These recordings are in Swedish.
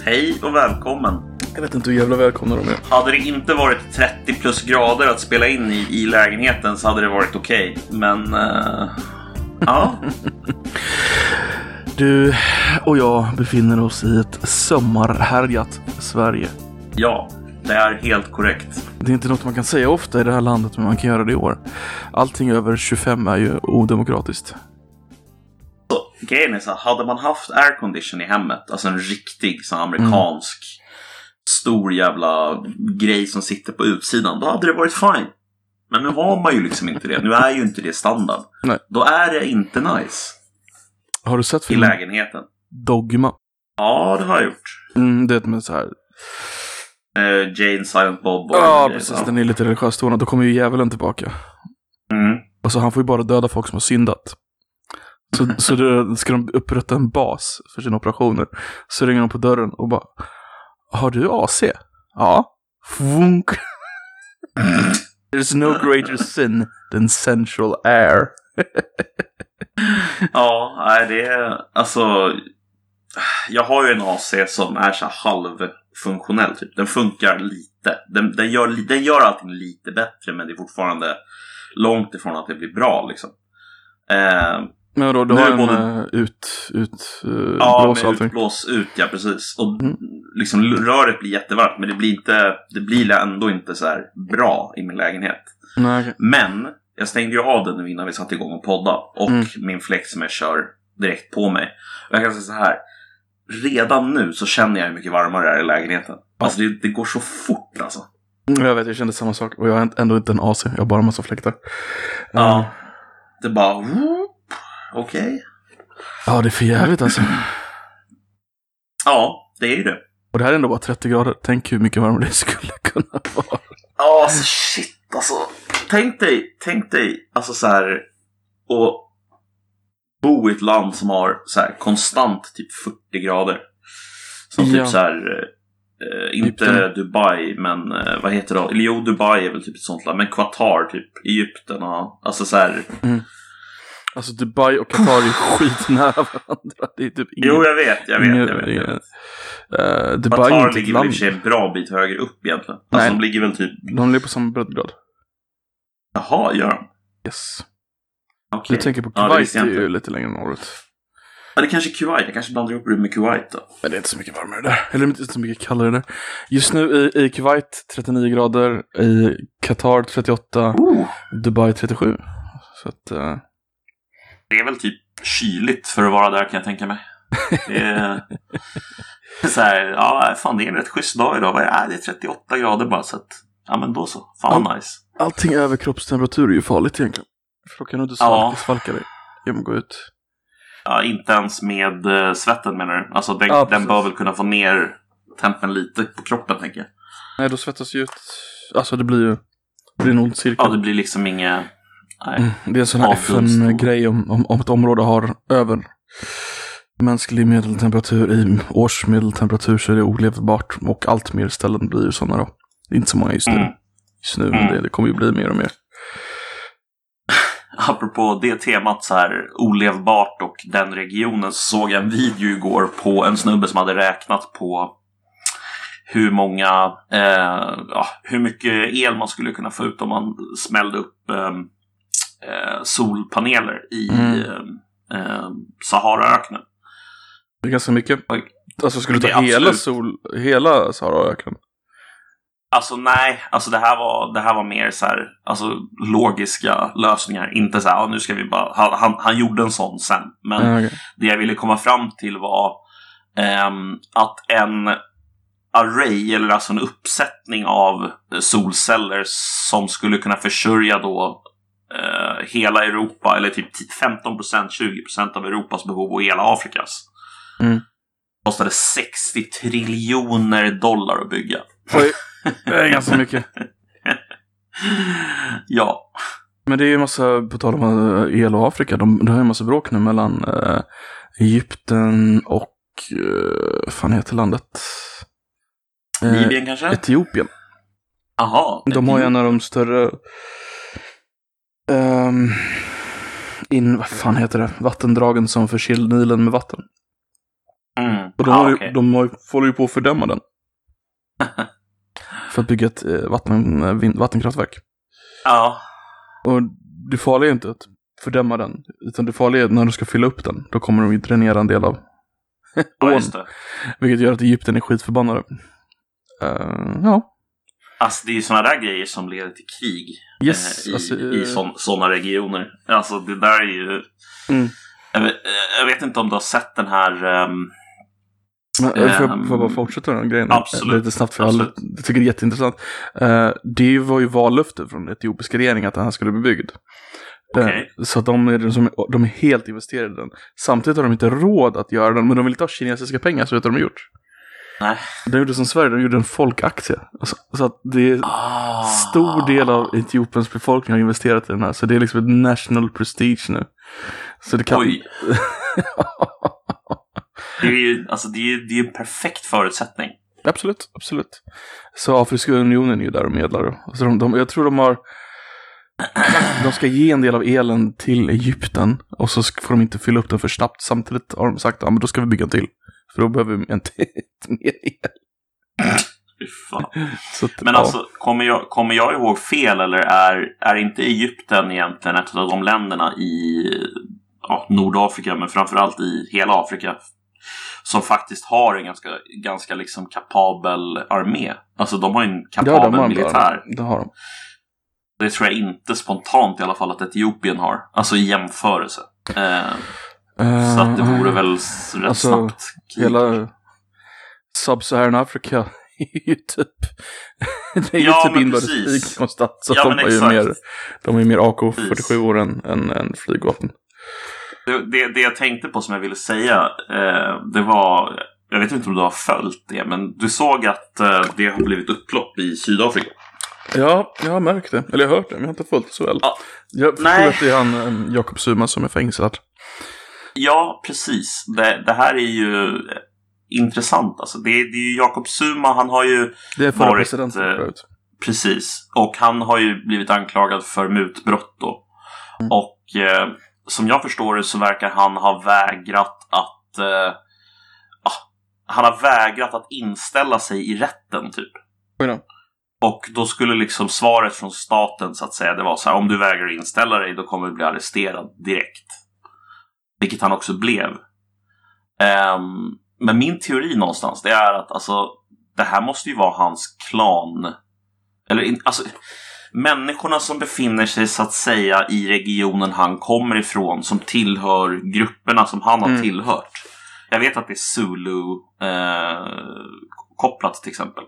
Hej och välkommen. Jag vet inte hur jävla välkomna de är. Hade det inte varit 30 plus grader att spela in i lägenheten så hade det varit okej. Men, ja. Du och jag befinner oss i ett sommarhärjat Sverige. Ja, det är helt korrekt. Det är inte något man kan säga ofta i det här landet, men man kan göra det i år. Allting över 25 är ju odemokratiskt. Så, grejen är så här, hade man haft aircondition i hemmet, alltså en riktig så amerikansk stor jävla grej som sitter på utsidan, då hade det varit fine. Men nu har man ju liksom inte det. Nu är ju inte det standard. Nej. Då är det inte nice. Har du sett i filmen lägenheten? Dogma? Ja, det har jag gjort. Det är med så här. Jane, Silent Bob och Ja, precis. Den är lite religiöst tonad. Då kommer ju djävulen tillbaka. Och så han får ju bara döda folk som har syndat. Så då ska de upprätta en bas för sina operationer. Så ringer de på dörren och bara: har du AC? Ja. Funk. There's no greater sin than central air. Ja, nej, det är alltså, jag har ju en AC som är så halvfunktionell typ. Den funkar lite. Den gör allting lite bättre, men det är fortfarande långt ifrån att det blir bra liksom. Men då har en blås och allting. Utblås ut, ja precis. Och liksom röret blir jättevarmt, men det blir ändå inte så här bra i min lägenhet. Nej, okay. Men jag stängde ju av den nu innan vi satte igång och podda. Och min fläkt som jag kör direkt på mig. Och jag kan säga så här: redan nu så känner jag hur mycket varmare det är i lägenheten. Alltså det går så fort alltså. Jag vet, jag kände samma sak. Och jag har ändå inte en AC, jag har bara en massa fläktar. Ja, det bara okej. Ja, det är för jävligt alltså. Ja, det är ju det. Och det här är ändå bara 30 grader. Tänk hur mycket varmare det skulle kunna vara. Ja, alltså shit alltså. Tänk dig alltså så här, och bo i ett land som har så här konstant typ 40 grader. Som typ så här inte Dubai, men vad heter det då? Eller jo, Dubai är väl typ ett sånt land, men Qatar typ, Egypten och alltså så här. Alltså Dubai och Qatar är skitnära varandra. Det är typ ingen... Jo, jag vet. Dubai Qatar ligger väl i och för sig en bra bit högre upp egentligen. Alltså nej, de ligger väl typ... De ligger på samma breddgrad. Jaha, gör de? Yes. Okay. Du tänker på Kuwait, det är ju lite längre norrut. Ja, det kanske är Kuwait. Jag kanske blandar ihop det med Kuwait då. Men det är inte så mycket varmare där. Eller inte så mycket kallare där. Just nu i Kuwait 39 grader. I Qatar 38. Dubai 37. Så att... Det är väl typ kyligt för att vara där, kan jag tänka mig. Det är så här, ja fan, det är en rätt schysst dag idag. Det är 38 grader bara, så att, ja men då så. Fan vad nice. Allting över kroppstemperatur är ju farligt egentligen. För då kan du inte svalka dig genom att gå ut. Ja, inte ens med svetten menar du? Alltså den bör väl kunna få ner tempen lite på kroppen, tänker jag. Nej, då svettas ju ut. Alltså det blir en ond cirkel. Ja, det blir liksom inga... Nej. Det är en sån här FN-grej om ett område har över mänsklig medeltemperatur i årsmedeltemperatur så är det olevbart, och allt mer ställen blir ju sådana då. Det är inte så många just nu men det kommer ju bli mer och mer. Apropå det temat så här olevbart och den regionen, så såg jag en video igår på en snubbe som hade räknat på hur många hur mycket el man skulle kunna få ut om man smällde upp solpaneler i Saharaöknen. Det är ganska mycket. Alltså skulle du ta hela Saharaöknen? Alltså nej, alltså det här var mer så här, alltså logiska lösningar, inte så här, nu ska vi bara han gjorde en sån sen, men det jag ville komma fram till var att en array, eller alltså en uppsättning av solceller som skulle kunna försörja då hela Europa, eller typ 15%, 20% av Europas behov och hela Afrikas. Kostade $60 triljoner att bygga. Oj, det är ganska mycket. Ja. Men det är ju en massa, på tal om el och Afrika, det har ju en massa bråk nu mellan Egypten och fan heter landet? Libyen kanske? Etiopien. Aha. De har ju en av de större vad fan heter det? Vattendragen som förser Nilen med vatten. Och de håller ju på att fördöma den. För att bygga ett vattenkraftverk. Ja. Och det farliga är inte att fördöma den, utan det farliga är när de ska fylla upp den. Då kommer de ju dränera en del av ån. Just det. Vilket gör att Egypten är skitförbannade. Ja. Alltså det är ju sådana där grejer som leder till krig. Yes, i sådana regioner. Alltså det där är ju... Jag vet inte om du har sett den här... Får jag bara fortsätta den grejen? Absolut. Lite snabbt för alla. Jag tycker det är jätteintressant. Det var ju vallöfte från etiopiska regeringen att den här skulle bli byggd. Okay. Så att de är helt investerade i den. Samtidigt har de inte råd att göra den, men de vill inte ha kinesiska pengar, så vet du vad de har gjort? Nej. De gjorde som Sverige, de gjorde en folkaktie. Så att det är stor del av Etiopiens befolkning har investerat i den här. Så det är liksom ett national prestige nu. Så det kan... Oj. Det är ju en perfekt förutsättning. Absolut. Så Afriska unionen är ju där och medlar. Så jag tror de ska ge en del av elen till Egypten. Och så får de inte fylla upp den för snabbt. Samtidigt har de sagt, men då ska vi bygga en till. För då behöver vi mer el. Fan. Men alltså, kommer jag ihåg fel, eller är inte Egypten egentligen ett av de länderna i Nordafrika, men framförallt i hela Afrika, som faktiskt har en ganska liksom kapabel armé? Alltså de har en kapabel militär. Det har de. Det tror jag inte spontant i alla fall att Etiopien har. Alltså i jämförelse. Så att det vore väl rätt snabbt krig. Hela Sub-Saharan Afrika är ju typ... det är ju typ inbördeskrig konstant. Så de är ju mer AK-47 än flygvapen. Det jag tänkte på som jag ville säga, det var... Jag vet inte om du har följt det, men du såg att det har blivit upplopp i Sydafrika. Ja, jag har märkt det. Eller jag har hört det, men jag har inte följt det så väl. Jag tror att det är han Jacob Zuma som är fängslad. Ja, precis. Det här är ju intressant. Alltså. Det är ju Jacob Zuma, han har ju det är förra presidenten förut. Precis. Och han har ju blivit anklagad för mutbrott då. Och som jag förstår det så verkar han ha vägrat att inställa sig i rätten typ. Och då skulle liksom svaret från staten så att säga, det var så här: om du vägrar inställa dig, då kommer du bli arresterad direkt. Vilket han också blev. Men min teori någonstans, det är att alltså, det här måste ju vara hans klan. Alltså, människorna som befinner sig så att säga i regionen han kommer ifrån, som tillhör grupperna som han har tillhört. Jag vet att det är Zulu kopplat till exempel.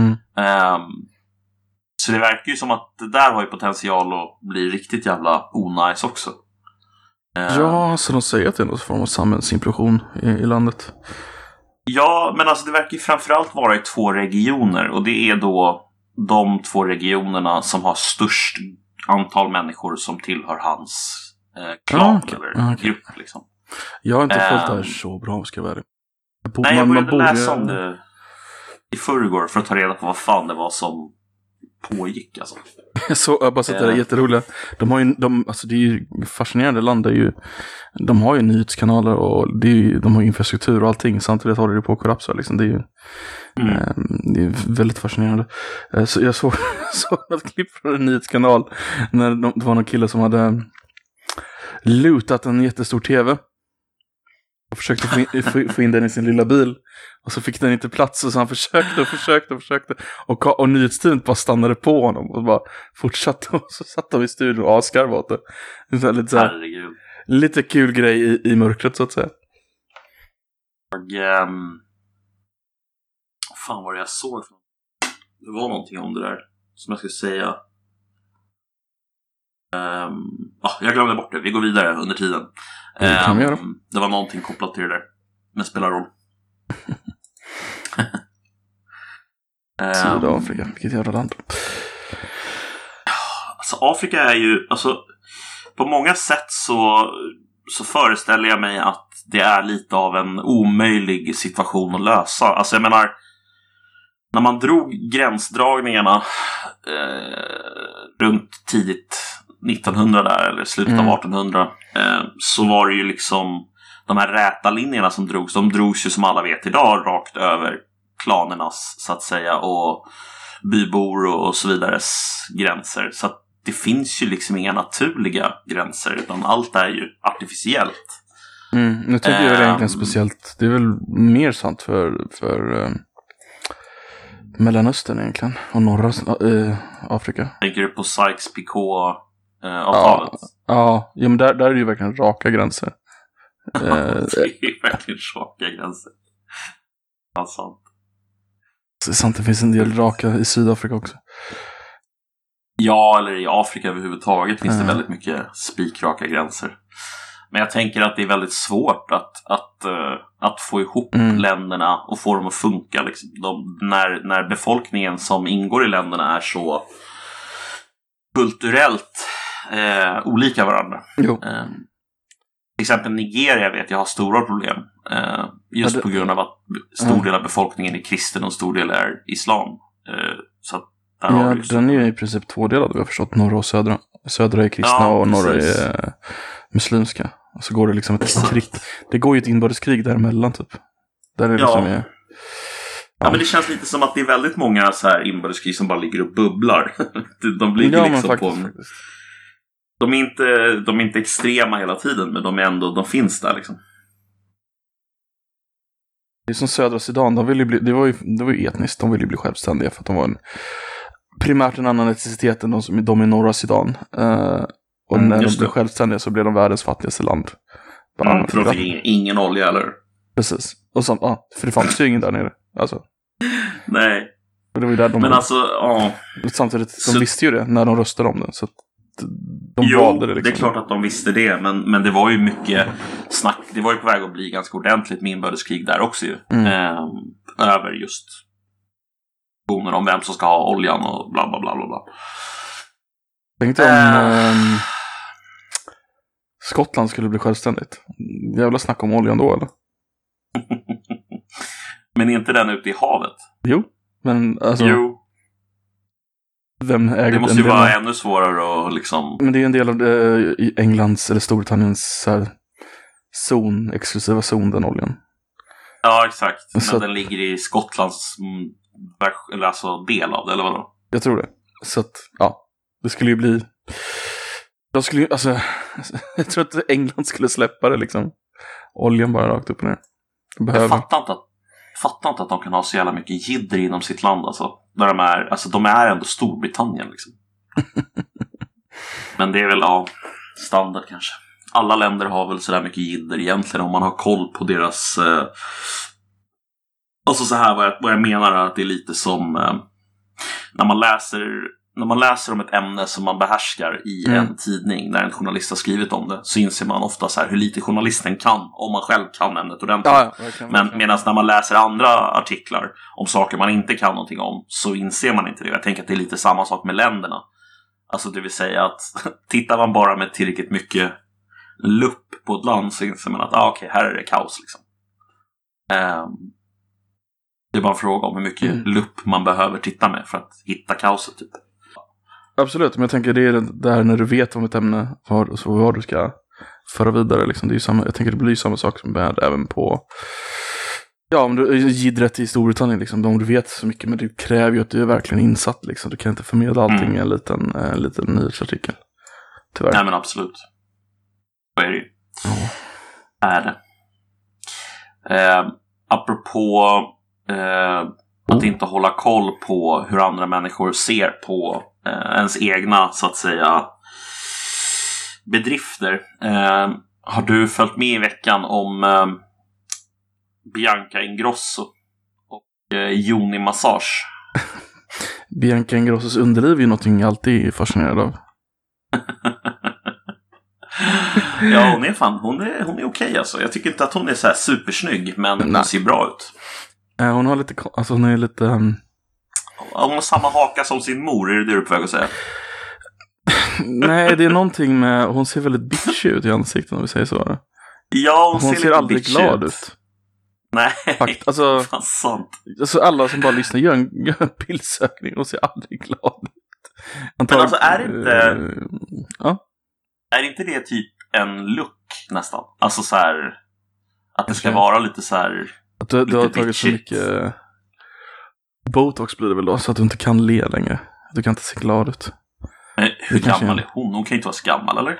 Så det verkar ju som att det där har ju potential att bli riktigt jävla onajs också. Ja, så de säger att det är någon form av samhällsimplosion i landet. Ja, men alltså det verkar ju framförallt vara i 2 regioner. Och det är då de 2 regionerna som har störst antal människor som tillhör hans klan eller grupp liksom. Jag har inte följt det här så bra, ska jag vara. Jag började läsa om det i förrgår för att ta reda på vad fan det var som pågick alltså. Så jag bara sett det, jätteroliga. Alltså det är ju fascinerande land, de har ju nyhetskanaler och de har ju infrastruktur och allting, samtidigt håller det på att kollapsa liksom. Det är ju det är väldigt fascinerande. Så jag såg ett klipp från en nyhetskanal när det var någon kille som hade lootat en jättestor tv och försökte få in den i sin lilla bil. Och så fick den inte plats, och så han försökte. Och nyhetsteamet bara stannade på honom och bara fortsatte. Och så satt de i studion och askarvade åt det. Lite kul grej i mörkret så att säga. Fan vad jag såg. Det var någonting om det där som jag skulle säga. Jag glömde bort det. Vi går vidare under tiden. Det var någonting kopplat till det där. Men spelar roll. Sydafrika, vilket jävla land. Alltså Afrika är ju, alltså på många sätt så föreställer jag mig att det är lite av en omöjlig situation att lösa. Alltså jag menar, när man drog gränsdragningarna runt tidigt 1900 där, eller slutet av 1800, så var det ju liksom, de här räta linjerna som drogs, de drogs ju som alla vet idag rakt över klanernas, så att säga, och bybor och så vidares gränser. Så att det finns ju liksom inga naturliga gränser, utan allt är ju artificiellt. Nu tycker jag det är egentligen speciellt. Det är väl mer sant för Mellanöstern egentligen och norra Afrika. Tänker du på Sykes-Picot-avtalet? Ja, men där är det ju verkligen raka gränser. Det är verkligen raka gränser. Ja, sant. Det är sant, det finns en del raka i Sydafrika också. Ja, eller i Afrika överhuvudtaget finns det väldigt mycket spikraka gränser. Men jag tänker att det är väldigt svårt att få ihop länderna och få dem att funka. Liksom. När befolkningen som ingår i länderna är så kulturellt olika varandra. Till exempel Nigeria vet jag har stora problem. Just på grund av att stor del av befolkningen är kristen och stor del är islam. Så att den är ju i princip tvådelad, vi har förstått. Norra och södra. Södra är kristna och norra är muslimska. Och så går det liksom ett krig. Det går ju ett inbördeskrig däremellan typ. Där är det som är... Ja, men det känns lite som att det är väldigt många så här inbördeskrig som bara ligger och bubblar. De ligger liksom faktiskt. De är inte extrema hela tiden, men de finns där liksom. Det är som södra Sudan, det var ju etniskt, de ville ju bli självständiga för att de var primärt en annan etnicitet än de i norra Sudan. Och när de blev självständiga så blev de världens fattigaste land. För de fick ingen olja, eller? Precis. Och så, för det fanns ju ingen där nere. Alltså. Nej. Och det var ju där men alltså, samtidigt, de visste ju det när de röstade om det. Så de valde det liksom. Det är klart att de visste det. Men det var ju mycket snack. Det var ju på väg att bli ganska ordentligt med inbördeskrig där också ju. Över just om vem som ska ha oljan och bla bla bla bla. Tänkte om Skottland skulle bli självständigt. Jävla snack om oljan då, eller? Men är inte den ute i havet? Jo, men alltså... Vem äger det måste ju vara ännu svårare att liksom... Men det är en del av i Englands eller Storbritanniens så här, exklusiva zon, den oljan. Ja, exakt. Men den ligger i Skottlands eller alltså del av det, eller vadå? Jag tror det. Så att, det skulle ju bli... jag tror att England skulle släppa det liksom. Oljan bara rakt upp och ner. Jag fattar inte att de kan ha så jävla mycket jidder inom sitt land alltså. Där de är ändå Storbritannien liksom. Men det är väl standard kanske. Alla länder har väl sådär mycket jidder egentligen om man har koll på deras alltså så här vad jag menar är att det är lite som när man läser om ett ämne som man behärskar i en tidning när en journalist har skrivit om det, så inser man ofta så här hur lite journalisten kan om man själv kan ämnet ordentligt. Men medan när man läser andra artiklar om saker man inte kan någonting om, så inser man inte det. Jag tänker att det är lite samma sak med länderna. Alltså det vill säga att tittar man bara med tillräckligt mycket lupp på ett land, så inser man att okej, här är det kaos liksom. Det är bara en fråga om hur mycket lupp man behöver titta med för att hitta kaoset typ. Absolut, men jag tänker det är där när du vet om ett ämne vad du ska föra vidare liksom. Det är ju samma, jag tänker det blir samma sak som med även på om du gidret i Storbritannien liksom, om du vet så mycket, men det kräver ju att du är verkligen insatt liksom. Du kan inte förmedla allting i en liten nyhetsartikel. Tyvärr. Nej, men absolut. Så är det ju. Är det. Apropå att inte hålla koll på hur andra människor ser på ens egna, så att säga, bedrifter. Har du följt med i veckan om Bianca Ingrosso och Joni Massage? Bianca Ingrossos underliv är ju någonting jag alltid är fascinerad av. Ja, hon är okej alltså. Jag tycker inte att hon är så här supersnygg, men hon ser bra ut. Hon har lite, alltså hon är lite... Hon har samma haka som sin mor, är det du är på väg att säga? Nej, det är någonting med... Hon ser väldigt bitchy ut i ansiktet, om vi säger så. Ja, hon ser aldrig glad ut. Nej, alltså, fan sant. Alltså alla som bara lyssnar, gör en bildsökning. Hon ser aldrig glad ut. Men alltså är det inte... Är inte det typ en look nästan? Alltså så här... Att det ska vara lite så här. Att du har tagit så mycket Botox blir det väl då, så att du inte kan le längre. Du kan inte se glad ut. Men hur gammal är hon? Hon kan inte vara så gammal, eller?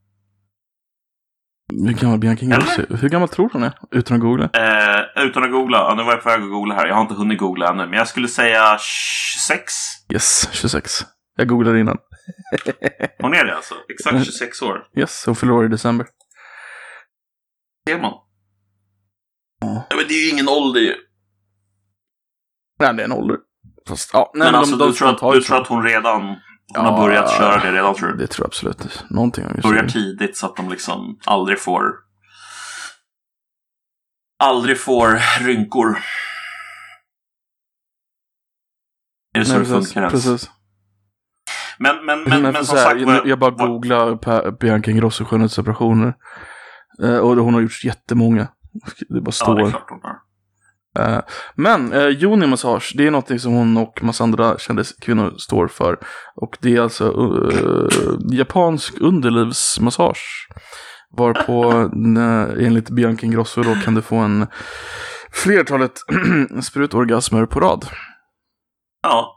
Hur gammal Bianca Ingrosso? Hur gammal tror du hon är? Utan att googla? Utan att googla. Ja, nu var jag på väg att googla här. Jag har inte hunnit googla ännu. Men jag skulle säga 26. Yes, 26. Jag googlade innan. Hon är det alltså? Exakt 26 år. Yes, hon förlorar i december. Ser man? Ja, men det är ju ingen ålder ju. Nej, det är en ålder. Fast, ja, nej, men alltså, du tror att hon redan... Hon har börjat köra det redan, tror du? Det tror jag absolut. Någonting har börjar tidigt så att de liksom aldrig får rynkor. Är det så det funkar ens? Precis. Men som sagt... Jag bara googlar Bianca Ingrosso skönhetsoperationer. Och hon har gjort jättemånga. Det bara står... Ja, det är klart hon har. Men Yoni-massage, det är något som hon och massa andra kvinnor står för. Och det är alltså japansk underlivsmassage. Varpå enligt Bianca Ingrosso då kan du få en flertalet sprutorgasmer på rad. Ja.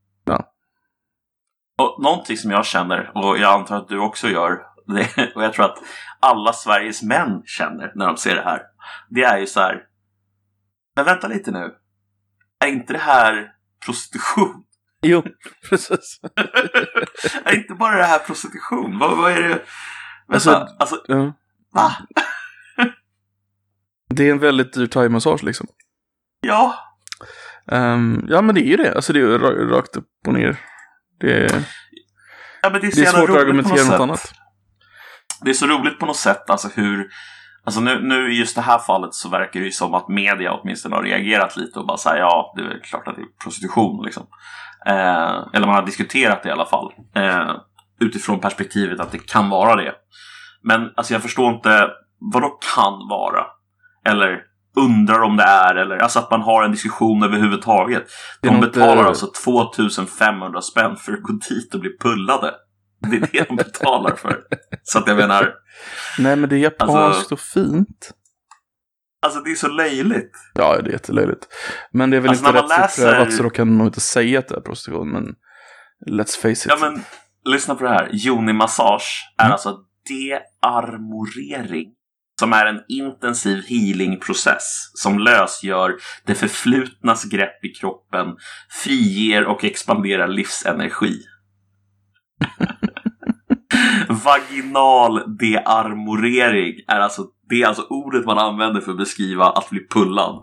Och någonting som jag känner, och jag antar att du också gör det, och jag tror att alla Sveriges män känner när de ser det här, det är ju så här: men vänta lite nu. Är inte det här prostitution? Jo, precis. Är inte bara det här prostitution? Vad är det? Vänta, alltså va? Det är en väldigt dyr thai-massage liksom. Ja. Ja, men det är ju det. Alltså det är ju rakt upp och ner. Det är svårt att argumentera något annat. Det är så roligt på något sätt, alltså hur... Alltså nu i just det här fallet så verkar det ju som att media åtminstone har reagerat lite och bara säger ja, det är klart att det är prostitution liksom. Eller man har diskuterat det i alla fall. Utifrån perspektivet att det kan vara det. Men alltså jag förstår inte vad det kan vara. Eller undrar om det är. Eller alltså att man har en diskussion överhuvudtaget. De betalar alltså 2500 spänn för att gå dit och bli pullade. Det är det de betalar för. Så att jag menar... Nej, men det är japanskt och fint. Alltså det är så löjligt. Ja, det är jättelöjligt. Men det är väl inte rättsprövat så då kan man inte säga att det är prostitution. Men let's face it. Ja, men lyssna på det här. Yoni-massage är alltså dearmorering. Som är en intensiv healingprocess som lösgör det förflutnas grepp i kroppen, friger och expanderar livsenergi. Vaginal dearmorering är alltså ordet man använder för att beskriva att bli pullad.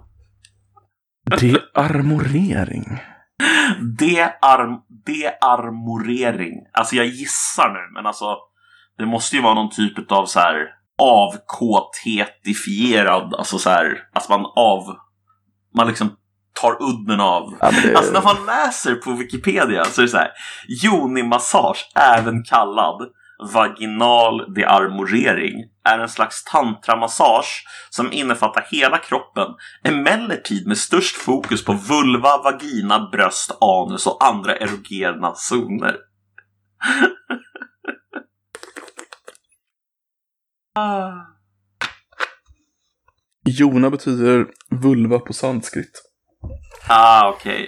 Dearmorering? Dearmorering. Alltså jag gissar nu, men alltså det måste ju vara någon typ av så här avkåtetifierad, alltså så här, alltså man liksom tar udden av. Ja, alltså när man läser på Wikipedia så är det så här: Yoni-massage, även kallad vaginal dearmorering, är en slags tantramassage som innefattar hela kroppen, emellertid med störst fokus på vulva, vagina, bröst, anus och andra erogena zoner. Jona betyder vulva på sanskrit. Okej.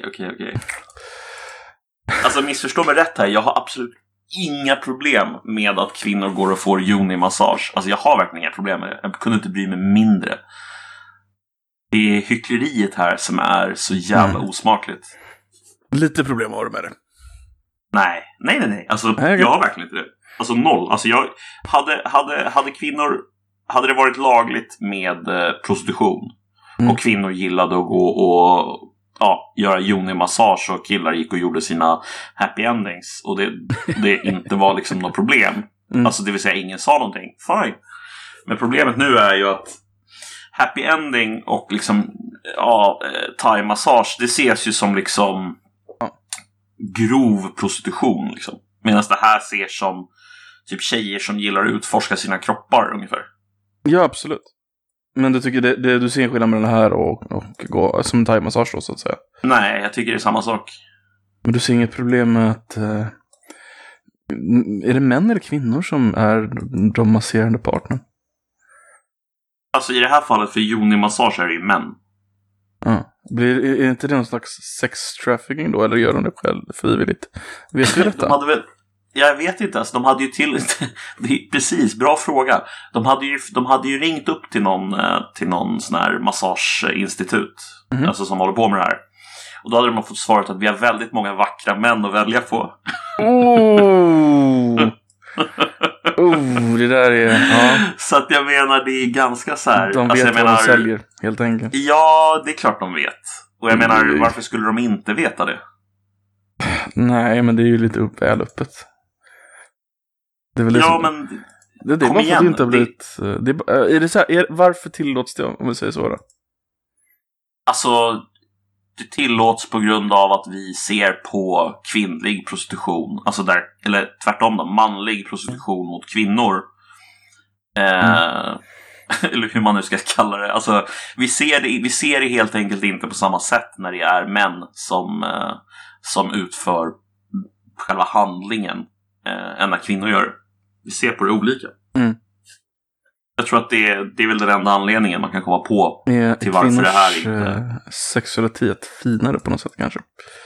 Alltså missförstå mig rätt här. Jag har absolut inga problem med att kvinnor går och får yoni-massage. Alltså jag har verkligen inga problem med det. Jag kunde inte bry mig mindre. Det är hyckleriet här som är så jävla osmakligt. Lite problem har du med det. Nej. Alltså jag har verkligen inte det. Alltså noll. Alltså jag hade kvinnor, hade det varit lagligt med prostitution och kvinnor gillade att gå och göra yoni-massage och killar gick och gjorde sina happy endings och det inte var liksom något problem. Alltså det vill säga ingen sa någonting. Fine. Men problemet nu är ju att happy ending och liksom thai-massage, det ses ju som liksom grov prostitution liksom. Medan det här ser som typ tjejer som gillar att utforska sina kroppar ungefär. Ja, absolut. Men du tycker du ser en skillnad med den här och gå som thai-massage då, så att säga? Nej, jag tycker det är samma sak. Men du ser inget problem med att... är det män eller kvinnor som är de masserande partnern? Alltså i det här fallet för Joni-massage är det ju män. Ja. Är inte det någon slags sex trafficking då? Eller gör de det själv frivilligt? Vet du detta? Jag vet inte. Alltså, de hade ju det är precis, bra fråga. De hade ju ringt upp till någon sån här massageinstitut. Alltså som håller på med det här. Och då hade de fått svaret att vi har väldigt många vackra män att välja på. Det där är... Ja. Så att jag menar, det är ganska så här... De vet vad de säljer, helt enkelt. Ja, det är klart de vet. Och jag menar, varför skulle de inte veta det? Nej, men det är ju lite väl öppet. Det är väl ja, men... Det är varför det inte har blivit... Är det så här, varför tillåts det, om vi säger så då? Alltså... Det tillåts på grund av att vi ser på kvinnlig prostitution. Alltså där, eller tvärtom då, manlig prostitution mot kvinnor. Eller hur man nu ska kalla det. Alltså, vi ser det helt enkelt inte på samma sätt när det är män som utför själva handlingen än när kvinnor gör det. Vi ser på det olika. Jag tror att det är väl den enda anledningen man kan komma på till varför det här inte... sexualitet finare på något sätt kanske?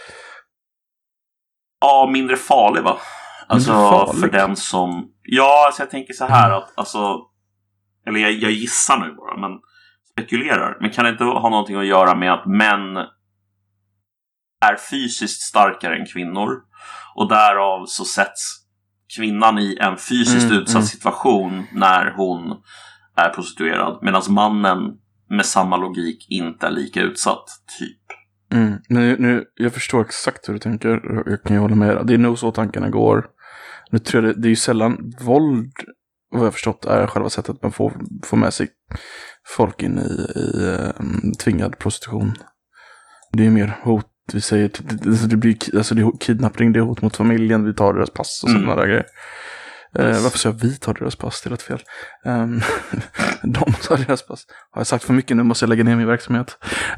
Ja, mindre farlig va? Alltså farlig. För den som... Ja, alltså jag tänker så här att alltså... Eller jag gissar nu bara, men spekulerar. Men kan det inte ha någonting att göra med att män är fysiskt starkare än kvinnor? Och därav så sätts kvinnan i en fysiskt utsatt situation när hon är prostituerad, medan mannen med samma logik inte är lika utsatt, typ. Nu, jag förstår exakt hur du tänker. Jag kan ju hålla med. Det är nog så tankarna går. Nu tror jag det är ju sällan våld, vad jag förstått, är själva sättet man får med sig folk in i tvingad prostitution. Det är ju mer hot. Vi säger det blir kidnappning, det är hot mot familjen, vi tar deras pass och sådana där grejer. Varför säger jag vi tar deras pass? Det är rätt fel. De tar deras pass. Har jag sagt för mycket nu, måste jag lägga ner min verksamhet.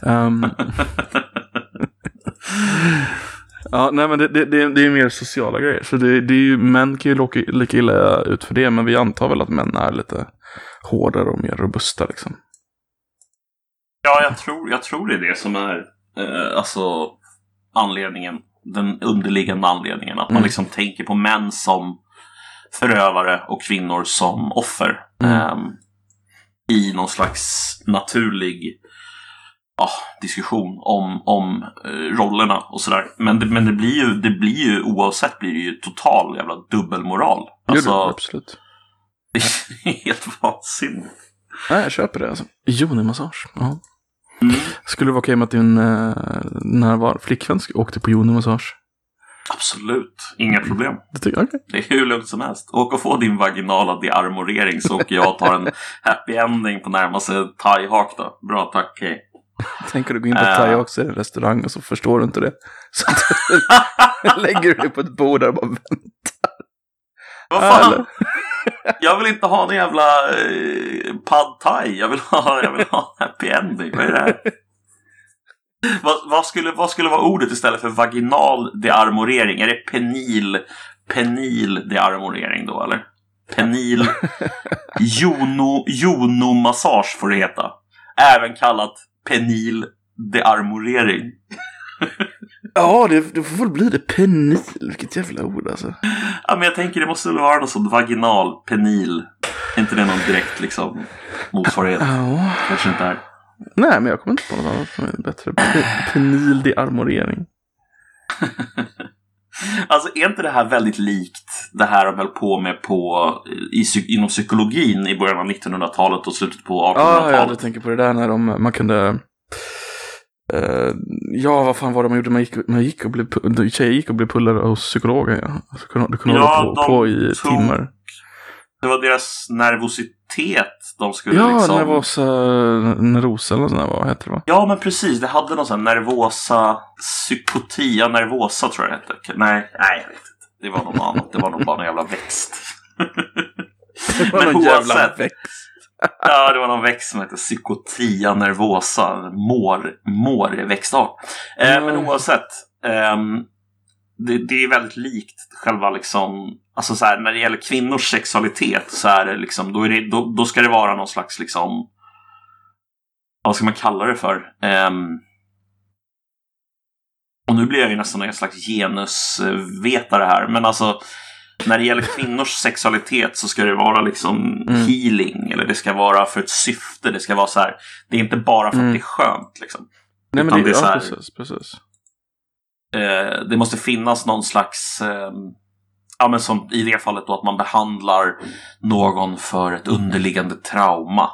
Ja, nej men det är mer sociala grejer. Så det är ju, män kan ju lika illa ut för det, men vi antar väl att män är lite hårdare och mer robusta liksom. Ja, jag tror det är det som är alltså anledningen, den underliggande anledningen, att man liksom tänker på män som förövare och kvinnor som offer i någon slags naturlig diskussion om rollerna och sådär. Men det blir ju oavsett blir det ju total jävla dubbelmoral. Alltså, det, absolut. Det är helt vansinnigt. Nej, jag köper det alltså. Joni-massage. Ja. Skulle det vara okej med att din flickvän åkte på Joni-massage? Absolut, inga problem. Det tycker jag, okay. Det är hur lugnt som helst. Åk och få din vaginala dearmorering, så åker jag och tar en happy ending på närmaste thai-hak då. Bra, tack, hej. Tänker du gå in på thai-haks i en restaurang och så förstår du inte det. Så lägger du dig på ett bord där och bara väntar. Vad fan? Eller? Jag vill inte ha en jävla pad thai. Jag vill ha en happy ending. Vad är det här? Vad skulle vara ordet istället för vaginal dearmorering? Är det penil dearmorering då, eller? Penil jonomassage får det heta. Även kallat penil dearmorering. Ja, det får väl bli det. Penil, vilket jävla ord alltså. Ja, men jag tänker det måste vara något sånt vaginal, penil. Är inte det någon direkt liksom motsvarighet? Ja. Kanske inte är. Nej, men jag kommer inte på något annat som är bättre. Penil dearmorering. Alltså, är inte det här väldigt likt det här de höll på med inom psykologin i början av 1900-talet och slutet på 1800-talet? Ja, jag tänker på det där när man kunde... vad fan var det man gjorde? Tjejer gick och blev pullade hos psykologer. Ja. Alltså, du kunde hålla på i timmar. Det var deras nervositet de skulle nervosa eller sånt där, vad heter det va? Ja, men precis. Det hade någon sån här nervosa psykotia, nervosa tror jag det hette. Nej, jag vet inte. Det var någon annat. Det var nog bara någon jävla växt. Men någon jävla växt. Ja, det var någon växt som hette psykotia nervosa. Mårväxtart. Men oavsett. Det är väldigt likt själva liksom, alltså så här, när det gäller kvinnors sexualitet så är det liksom, då ska det vara någon slags liksom vad ska man kalla det för? Och nu blir jag ju nästan en slags genusvetare här. Men alltså, när det gäller kvinnors sexualitet så ska det vara liksom healing. Eller det ska vara för ett syfte. Det ska vara så här, det är inte bara för att det är skönt liksom. Nej, men det är så här, precis. Det måste finnas någon slags ja, men som i det fallet då, att man behandlar någon för ett underliggande trauma.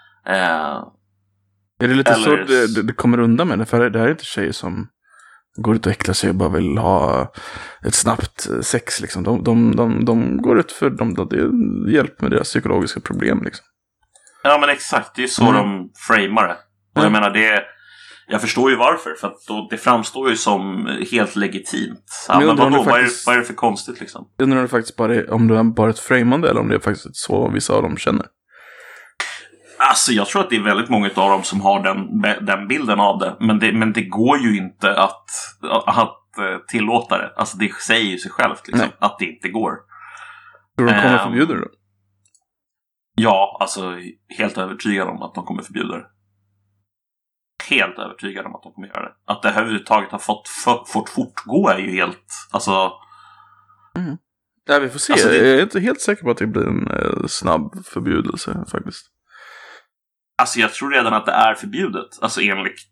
Är det lite eller... så det kommer undan med det? För det här är inte tjejer som går ut och äcklar sig och bara vill ha ett snabbt sex liksom. De går ut för det hjälp med deras psykologiska problem liksom. Ja, men exakt, det är så de framar det. Och jag menar, jag förstår ju varför. För att det framstår ju som helt legitimt. Ja, men vadå, faktiskt, vad är det för konstigt liksom? Jag undrar faktiskt bara om det är bara ett framande eller om det är faktiskt så vissa av dem känner. Alltså jag tror att det är väldigt många av dem som har den bilden av det. Men det går ju inte att tillåta det. Alltså det säger ju sig självt liksom, att det inte går. Tror du de kommer förbjuda det då? Ja, alltså helt övertygad om att de kommer förbjuda det. Helt övertygad om att de kommer göra det. Att det här överhuvudtaget har fått fortgå är ju helt, alltså... Ja, vi får se. Alltså, jag är inte helt säker på att det blir en snabb förbjudelse faktiskt. Alltså jag tror redan att det är förbjudet. Alltså enligt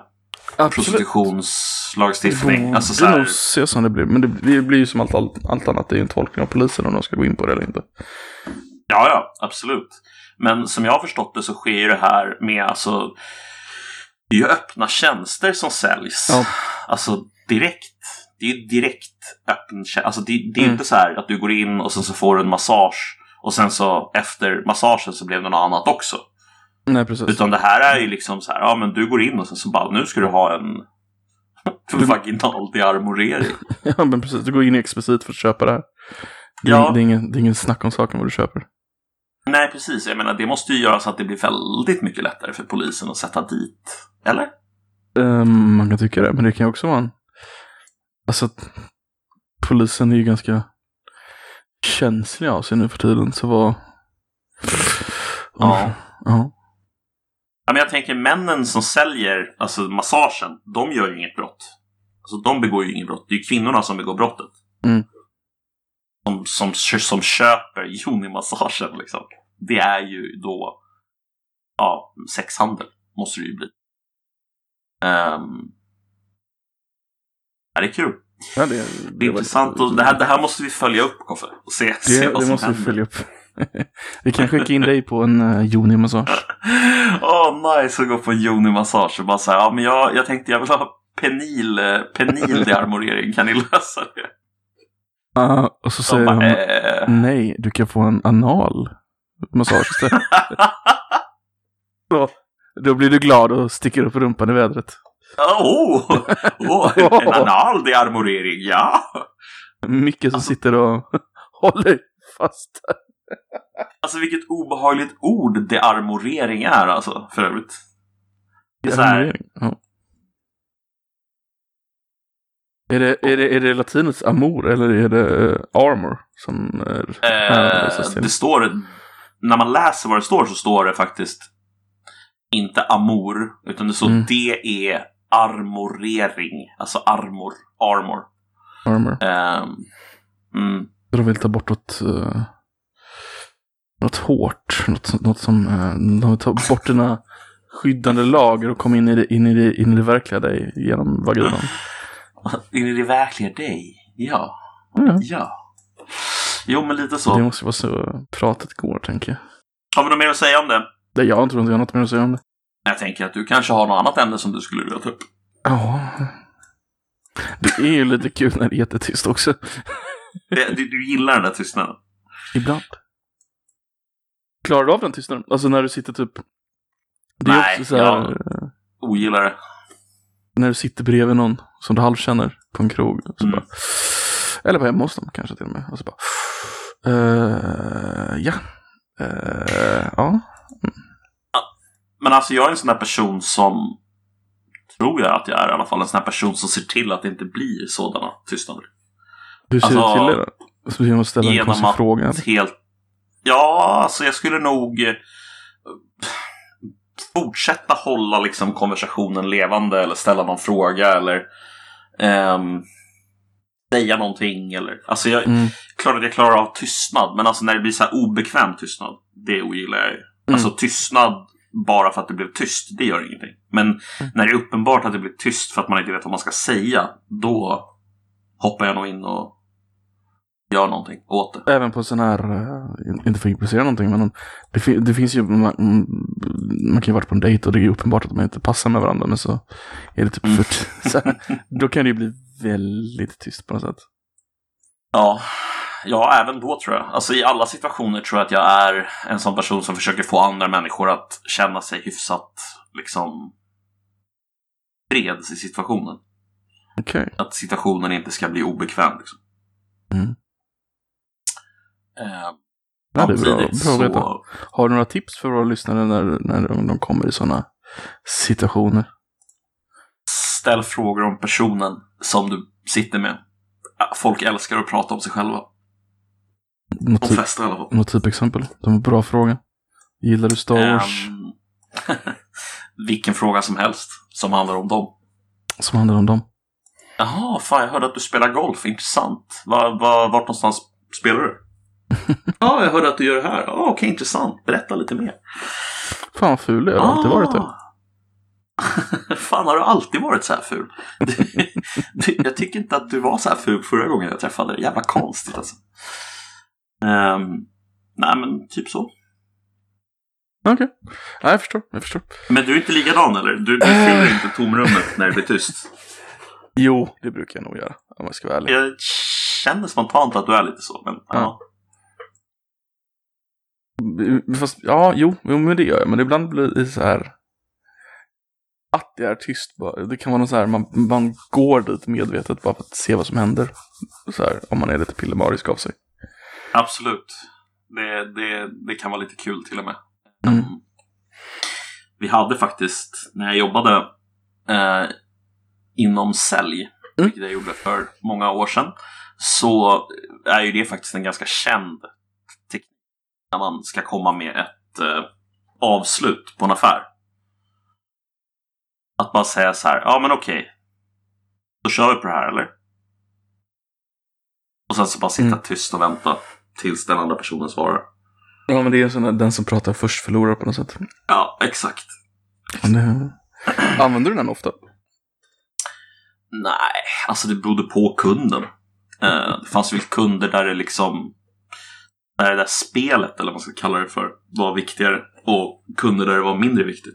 prostitutionslagstiftning. Alltså så här... Det ser som det blir. Men det blir ju som allt annat. Det är ju en tolkning av polisen om de ska gå in på det eller inte. Ja, absolut. Men som jag har förstått det så sker ju det här med alltså... Det är ju öppna tjänster som säljs. Ja. Alltså direkt. Det är ju direkt öppen tjänst. Alltså det är ju inte så här att du går in och sen så får du en massage. Och sen så efter massagen så blev det något annat också. Nej, precis. Utan det här är ju liksom så här, ja men du går in och sen så bara, nu ska du ha en vaginal dearmorering. Ja, men precis. Du går in explicit för att köpa det här. Det är ingen snack om saken vad du köper. Nej, precis. Jag menar, det måste ju göra så att det blir väldigt mycket lättare för polisen att sätta dit. Eller? Man kan tycka det, men det kan ju också vara alltså, polisen är ju ganska känslig av sig nu för tiden, så vad... Ja. Ja, men jag tänker männen som säljer alltså massagen, de gör ju inget brott. Alltså de begår ju inget brott. Det är ju kvinnorna som begår brottet. Som köper Joni-massagen liksom. Det är ju då sexhandel måste det ju bli. Det är kul. Ja, det är intressant. Och det här måste vi följa upp, Koffe. Och se vad som händer. Det måste vi följa upp. Vi kan skicka in dig på en Joni-massage. Nice att gå på en Joni-massage och bara säga, ja men jag tänkte jag vill ha penil dearmorering. Kan ni lösa det? Och så säger de, nej, du kan få en anal massage istället. Då blir du glad och sticker upp rumpan i vädret. En anal dearmorering, ja. Mycket som sitter och håller fast. Alltså vilket obehagligt ord dearmorering är alltså, för övrigt. Dearmorering, ja. Är det latinets amor eller är det armor som det står, när man läser vad det står så står det faktiskt inte amor, utan det står det är armorering, alltså armor. De vill ta bort något hårt, något som de vill ta bort dina skyddande lager och komma in i det verkliga dig genom vaginan. In i det verkliga dig? Ja. Jo, men lite så. Det måste vara så pratet går, tänker jag. Har vi något mer att säga om det? Jag tror inte jag har något mer att säga om det. Jag tänker att du kanske har något annat ämne som du skulle vilja ta upp. Ja. Det är ju lite kul när det är jättetyst också. Du gillar den där tystnaden? Ibland. Klarar du av den tystnaden? Alltså när du sitter typ... Det är också så här, jag ogillar det. När du sitter bredvid någon som du halvkänner på en krog. Så bara, eller på hemma hos dem kanske till och med. Och så bara... Men alltså jag är en sån där person som... Tror jag att jag är i alla fall en sån här person som ser till att det inte blir sådana tystnader. Du ser alltså, till det då? Så jag måste ställa en konstig fråga. Ja, alltså jag skulle nog fortsätta hålla liksom konversationen levande eller ställa någon fråga eller säga någonting eller alltså klart att jag klarar av tystnad, men alltså när det blir så här obekväm tystnad, det ogillar jag ju. Alltså tystnad bara för att det blev tyst, det gör ingenting. Men när det är uppenbart att det blir tyst för att man inte vet vad man ska säga, då hoppar jag nog in och gör någonting åt det. Även på sån här, inte för att implicera någonting, men det finns ju, man kan ju varit på en dejt och det är ju uppenbart att man inte passar med varandra, men så är det typ så här, då kan det ju bli väldigt tyst på något sätt. Ja, även då tror jag. Alltså i alla situationer tror jag att jag är en sån person som försöker få andra människor att känna sig hyfsat liksom freds i situationen. Okay. Att situationen inte ska bli obekväm liksom. Ja, det är bra att veta. Har du några tips för våra lyssnare när de kommer i sådana situationer? Ställ frågor om personen som du sitter med. Folk älskar att prata om sig själva. De flesta i alla fall. Något typexempel? De är bra fråga. Gillar du Star Wars? Vilken fråga som helst som handlar om dem. Som handlar om dem? Jaha, fan, jag hörde att du spelar golf. Intressant. Vart någonstans spelar du? Ja, jag hörde att du gör det här. Okej, intressant. Berätta lite mer. Fan vad ful det har alltid varit det. Fan, har du alltid varit så här ful? Jag tycker inte att du var så här ful förra gången jag träffade dig. Jävla konstigt alltså. Nej, men typ så. Okej. Nej, jag förstår. Men du är inte likadan, eller? Du fyller inte tomrummet när det blir tyst. Jo, det brukar jag nog göra, om jag ska vara ärlig. Jag känner spontant att du är lite så, men ja. Fast, men det gör jag. Men ibland blir det så här att det är tyst bara. Det kan vara något så här, man går dit medvetet bara för att se vad som händer. Så här, om man är lite pillemarisk av sig. Absolut. Det kan vara lite kul till och med. Vi hade faktiskt, när jag jobbade inom sälj, vilket jag gjorde för många år sedan, så är ju det faktiskt en ganska känd teknik när man ska komma med ett avslut på en affär. Att bara säga så här: ja men okej, då kör vi på det här, eller? Och sen så bara sitta tyst och vänta tills den andra personen svarar. Ja, men det är sån här, den som pratar först förlorar på något sätt. Ja, exakt. Använder du den ofta? Nej, alltså det berodde på kunden. Det fanns väl kunder där det liksom, där det där spelet, eller vad man ska kalla det för, var viktigare. Och kunder där det var mindre viktigt.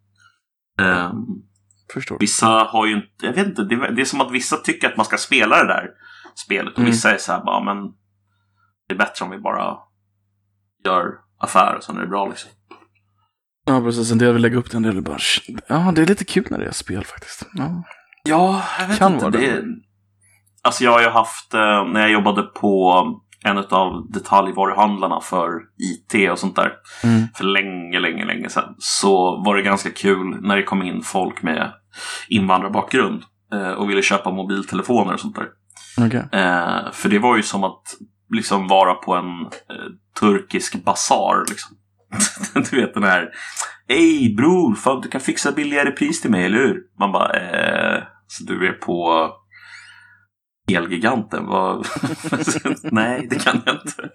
Förstår. Vissa har ju inte, jag vet inte, det är som att vissa tycker att man ska spela det där spelet. Och vissa är så här, bara, men det är bättre om vi bara gör affärer och så är det bra liksom. Ja, precis. En del vill lägga upp den, del bara, ja, det är lite kul när det är spel faktiskt. Ja, jag vet kan inte. Det. Alltså jag har ju haft, när jag jobbade på en av detaljvaruhandlarna för IT och sånt där, för länge sedan, så var det ganska kul när det kom in folk med invandrarbakgrund och ville köpa mobiltelefoner och sånt där. Okay. För det var ju som att liksom vara på en turkisk basar liksom. Du vet den här: hej bror, fan, du kan fixa billigare pris till mig, eller hur? Man bara, så du är på Elgiganten? Nej, det kan jag inte.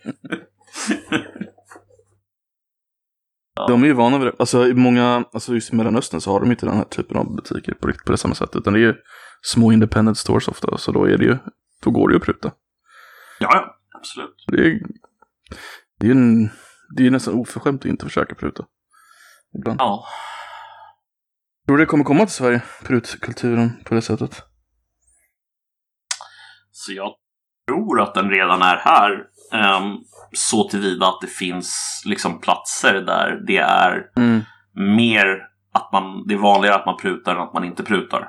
Ja. De är ju vana vid det. Alltså i många, alltså just i Mellanöstern så har de inte den här typen av butiker på det samma sätt, utan det är ju små independent stores ofta, så då är det ju, då går det ju att pruta. Ja, absolut. Det är ju nästan oförskämt att inte försöka pruta. Ibland. Ja. Tror du det kommer komma till Sverige, prutkulturen på det sättet? Så jag tror att den redan är här, så tillvida att det finns liksom platser där det är mer att det är vanligare att man prutar än att man inte prutar.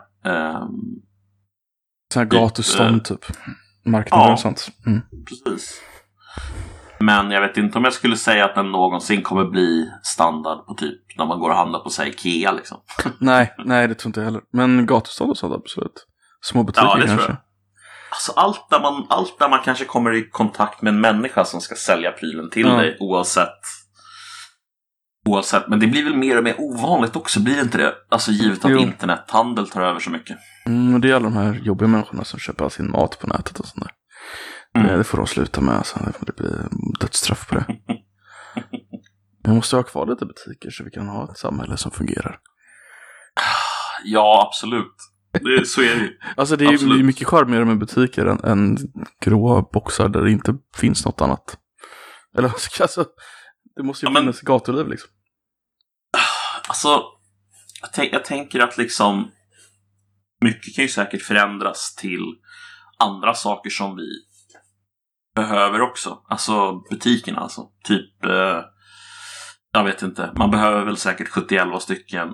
Så här gatustånd typ. Marknader och sånt. Precis. Men jag vet inte om jag skulle säga att den någonsin kommer bli standard på typ när man går och handlar på sig Ikea liksom. Nej, det tror inte jag heller. Men gatustånd och sånt, absolut. Små butiker det kanske. Tror jag. Alltså allt där man kanske kommer i kontakt med en människa som ska sälja prylen till dig, oavsett Oavsett, men det blir väl mer och mer ovanligt också, blir det inte det? Alltså givet att internethandel tar över så mycket. Och det är alla de här jobbiga människorna som köper all sin mat på nätet och sånt där. Det får de sluta med, alltså. Det blir dödsstraff på det. Man måste ha kvar lite butiker så vi kan ha ett samhälle som fungerar. Ja, absolut. Så är det ju. Alltså det är ju mycket charmigare med butiker än gråa boxar där det inte finns något annat. Eller alltså, det måste ju finnas gatuliv liksom. Alltså, jag tänker att liksom mycket kan ju säkert förändras till andra saker som vi behöver också. Alltså butikerna, alltså. Typ, jag vet inte. Man behöver väl säkert 71 stycken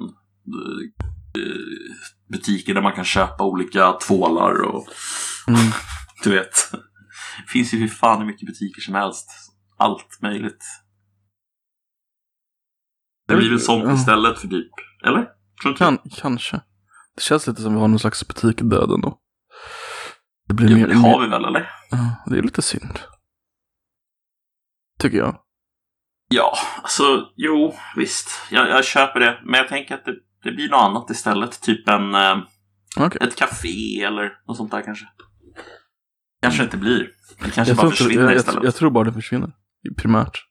butiker där man kan köpa olika tvålar och du vet. Det finns ju för fan hur mycket butiker som helst. Allt möjligt. Det blir väl sånt istället för typ, eller? Kanske. Det känns lite som vi har någon slags butikdöd ändå. Det blir det har vi väl, eller? Ja, det är lite synd. Tycker jag. Ja, alltså, jo, visst. Jag köper det. Men jag tänker att det blir något annat istället. Typ ett café eller något sånt där kanske. Kanske inte blir. Det kanske bara försvinner istället. Jag tror bara det försvinner. Primärt.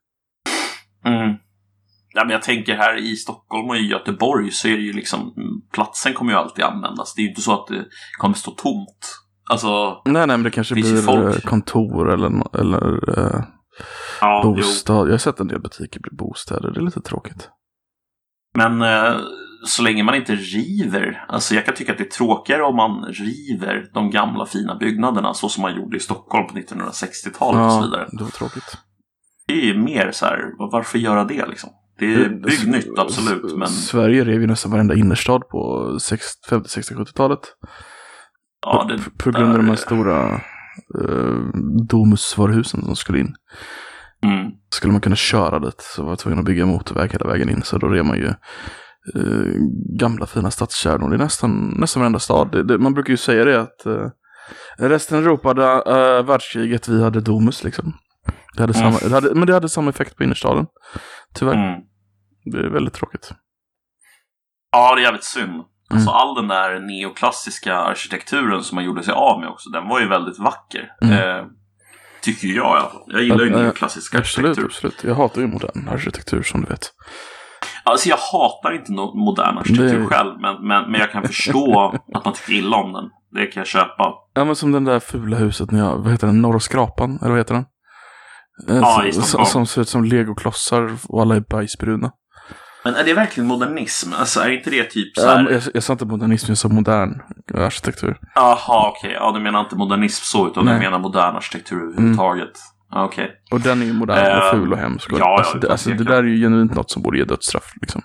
Ja, men jag tänker här i Stockholm och i Göteborg så är det ju liksom, platsen kommer ju alltid användas. Det är ju inte så att det kommer stå tomt. Alltså, nej, men det kanske blir kontor eller bostad. Jag har sett en del butiker bli bostäder. Det är lite tråkigt. Men så länge man inte river. Alltså jag kan tycka att det är tråkigare om man river de gamla fina byggnaderna så som man gjorde i Stockholm på 1960-talet och så vidare. Det var tråkigt. Det är ju mer så här, varför göra det liksom? Det är byggnytt, absolut. Men Sverige rev ju nästan varenda innerstad på 50, 60, 70-talet. Ja, på grund av de här stora Domusvaruhusen som skulle in. Skulle man kunna köra dit så var jag tvungen att bygga motorväg hela vägen in. Så då rev man ju gamla fina stadskärnor i nästan varenda stad. Man brukar ju säga det att resten av Europa hade världskriget, vi hade Domus liksom. Men det hade samma effekt på innerstaden. Tyvärr. Det är väldigt tråkigt. Ja, det är jävligt synd. Alltså all den där neoklassiska arkitekturen som man gjorde sig av med också, den var ju väldigt vacker. Tycker jag. Jag gillar ju neoklassisk arkitektur. Absolut. Jag hatar ju modern arkitektur som du vet. Alltså jag hatar inte modern arkitektur själv, men jag kan förstå att man tycker illa om den. Det kan jag köpa. Ja, men som den där fula huset vad heter den? Norra Skrapan, eller vad heter den? Som ser ut som legoklossar och alla är bajsbruna. Men är det verkligen modernism? Alltså är inte det typ så här... Jag sa inte modernism, jag sa modern arkitektur. Jaha, okej. Ja, du menar inte modernism så, utan du menar modern arkitektur överhuvudtaget. Okej. Och den är ju modern och ful och hemsk. Ja, det där är ju genuint något som borde ge dödsstraff, liksom.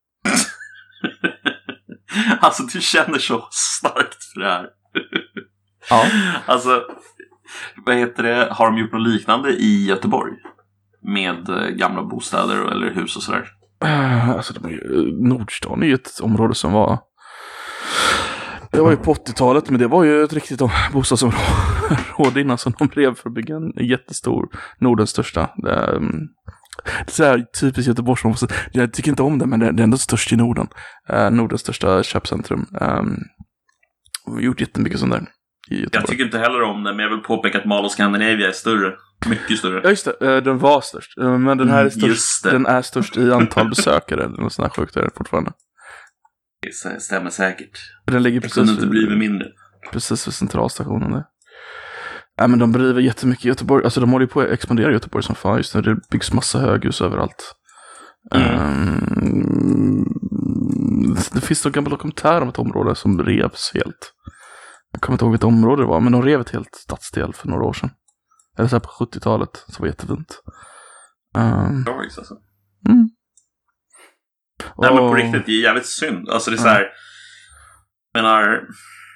Alltså, du känner så starkt för det här. Ja. Alltså, vad heter det? Har de gjort något liknande i Göteborg? Med gamla bostäder eller hus och sådär? Alltså, Nordstan är ju ett område som var... Det var ju på 80-talet, men det var ju ett riktigt bostadsområde innan som de rev för att bygga en jättestor, Nordens största. Det är så här typiskt Göteborgsområde. Jag tycker inte om det, men det är ändå störst i Norden. Nordens största köpcentrum. Vi har gjort jättemycket sånt där i Göteborg. Jag tycker inte heller om det, men jag vill påpeka att Mall of Scandinavia är större. Mycket större. Ja, just det. Den var störst. Men den här är störst. Den är störst i antal besökare. Den är sån här sjukt där fortfarande. Det stämmer säkert. Den ligger precis inte blivit mindre. Precis vid centralstationen där. Nej, men de driver jättemycket i Göteborg. Alltså de håller ju på att expandera i Göteborg som fan just nu. Det byggs massa höghus överallt. Det finns någon gammal dokumentär om ett område som revs helt. Jag kommer inte ihåg vilket område det var, men de rev ett helt stadsdel för några år sedan. Eller så här på 70-talet, som var jättefint. Alltså. Nej, men på riktigt, det är jävligt synd. Alltså det är så här, jag menar,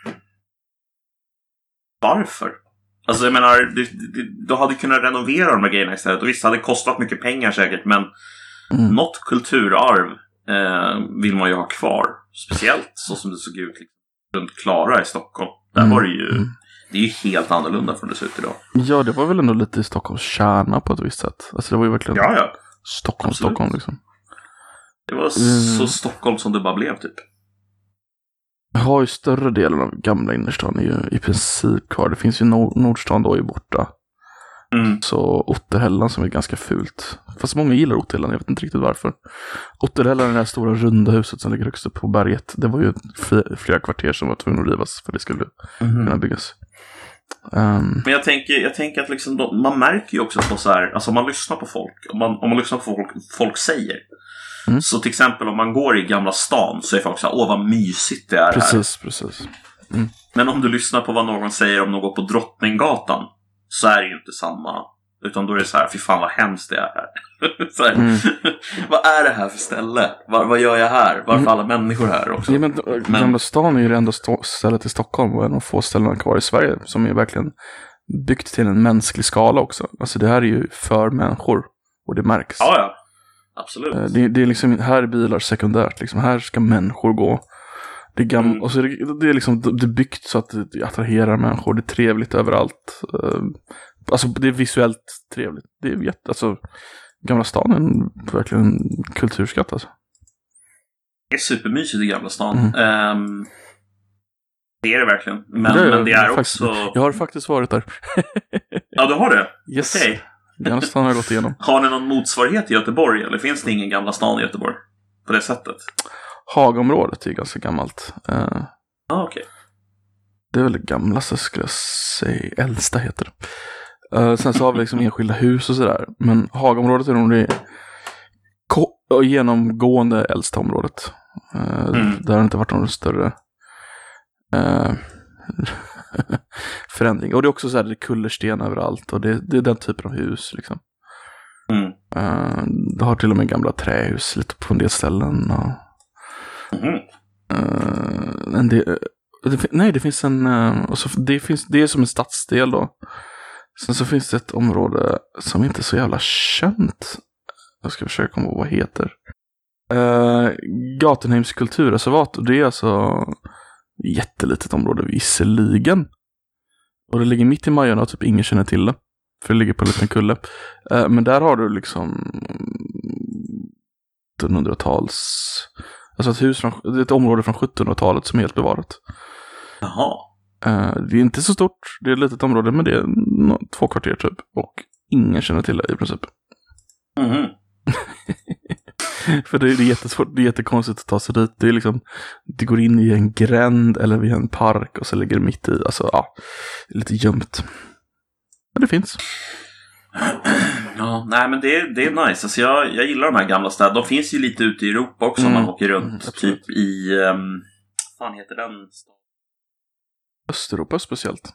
varför? Alltså jag menar, du hade kunnat renovera de här grejerna istället. Och visst, hade det kostat mycket pengar säkert, men något kulturarv vill man ju ha kvar. Speciellt så som det såg ut liksom, runt Klara i Stockholm. Där var det ju, det är ju helt annorlunda från det ser ut idag. Ja, det var väl ändå lite i Stockholms kärna på ett visst sätt. Alltså det var ju verkligen ja. Stockholm liksom. Det var så Stockholm som det bara blev typ. Jag har ju större delen av gamla innerstan är ju i princip kvar. Det finns ju Nordstan då är borta. Så Otterhällan som är ganska fult. Fast många gillar Otterhällan, jag vet inte riktigt varför. Otterhällan är det här stora runda huset som ligger högst upp på berget. Det var ju flera kvarter som var tvungna att rivas för det skulle kunna byggas. Men jag tänker att liksom man märker ju också på så här, alltså om man lyssnar på folk, om man lyssnar på folk säger. Så till exempel om man går i Gamla stan så är folk så här, åh vad mysigt det är precis, här. Precis. Men om du lyssnar på vad någon säger om något på Drottninggatan så är det ju inte samma. Utan då är det så här, fy fan vad hemskt det är här. Så här vad är det här för ställe? Vad gör jag här? Varför alla människor här också? Ja, men Gamla stan är ju det enda stället i Stockholm och en av få ställena kvar i Sverige som är verkligen byggt till en mänsklig skala också. Alltså det här är ju för människor och det märks. Ja, absolut. Det är liksom, här är bilar sekundärt. Liksom, här ska människor gå. Det är och så det är liksom det är byggt så att det attraherar människor. Det är trevligt överallt. Alltså det är visuellt trevligt. Det är alltså Gamla stan är verkligen en kulturskatt alltså. Det är supermysigt i Gamla stan. Det är det verkligen. Men det är faktiskt, också... Jag har faktiskt varit där. Ja, du har det? Yes. Okay. Gamla stan har jag gått igenom. Har ni någon motsvarighet i Göteborg? Eller finns det ingen Gamla stan i Göteborg? På det sättet? Hagaområdet är ganska gammalt. Okej. Det är väl det gamlaste skulle jag säga. Äldsta heter det. Sen så har vi liksom enskilda hus och sådär. Men Hagaområdet är nog det genomgående äldsta området. Där har det inte varit någon större förändring. Och det är också så här, det är kullersten överallt. Och det är den typen av hus liksom. Det har till och med gamla trähus lite på en del ställen. Och, det finns en... och så, det är som en stadsdel då. Sen så finns det ett område som inte är så jävla känt. Jag ska försöka komma ihåg vad det heter. Gatenheims kulturreservat. Och det är alltså jättelitet område visserligen. Och det ligger mitt i Majorna och typ ingen känner till det. För det ligger på en liten kulle. Men där har du liksom 1700-tals... Alltså det är ett område från 1700-talet som är helt bevarat. Jaha. Det är inte så stort. Det är ett litet område, men det är 2 kvarter typ. Och ingen känner till det i princip. För det är jättesvårt, det är jättekonstigt att ta sig dit. Det är liksom, det går in i en gränd eller vid en park och så ligger det mitt i. Alltså, ja, lite gömt. Men det finns. Ja, nej men det är nice. Alltså jag gillar de här gamla städerna. De finns ju lite ute i Europa också om man åker runt. Typ i, fan heter den? Östeuropa speciellt.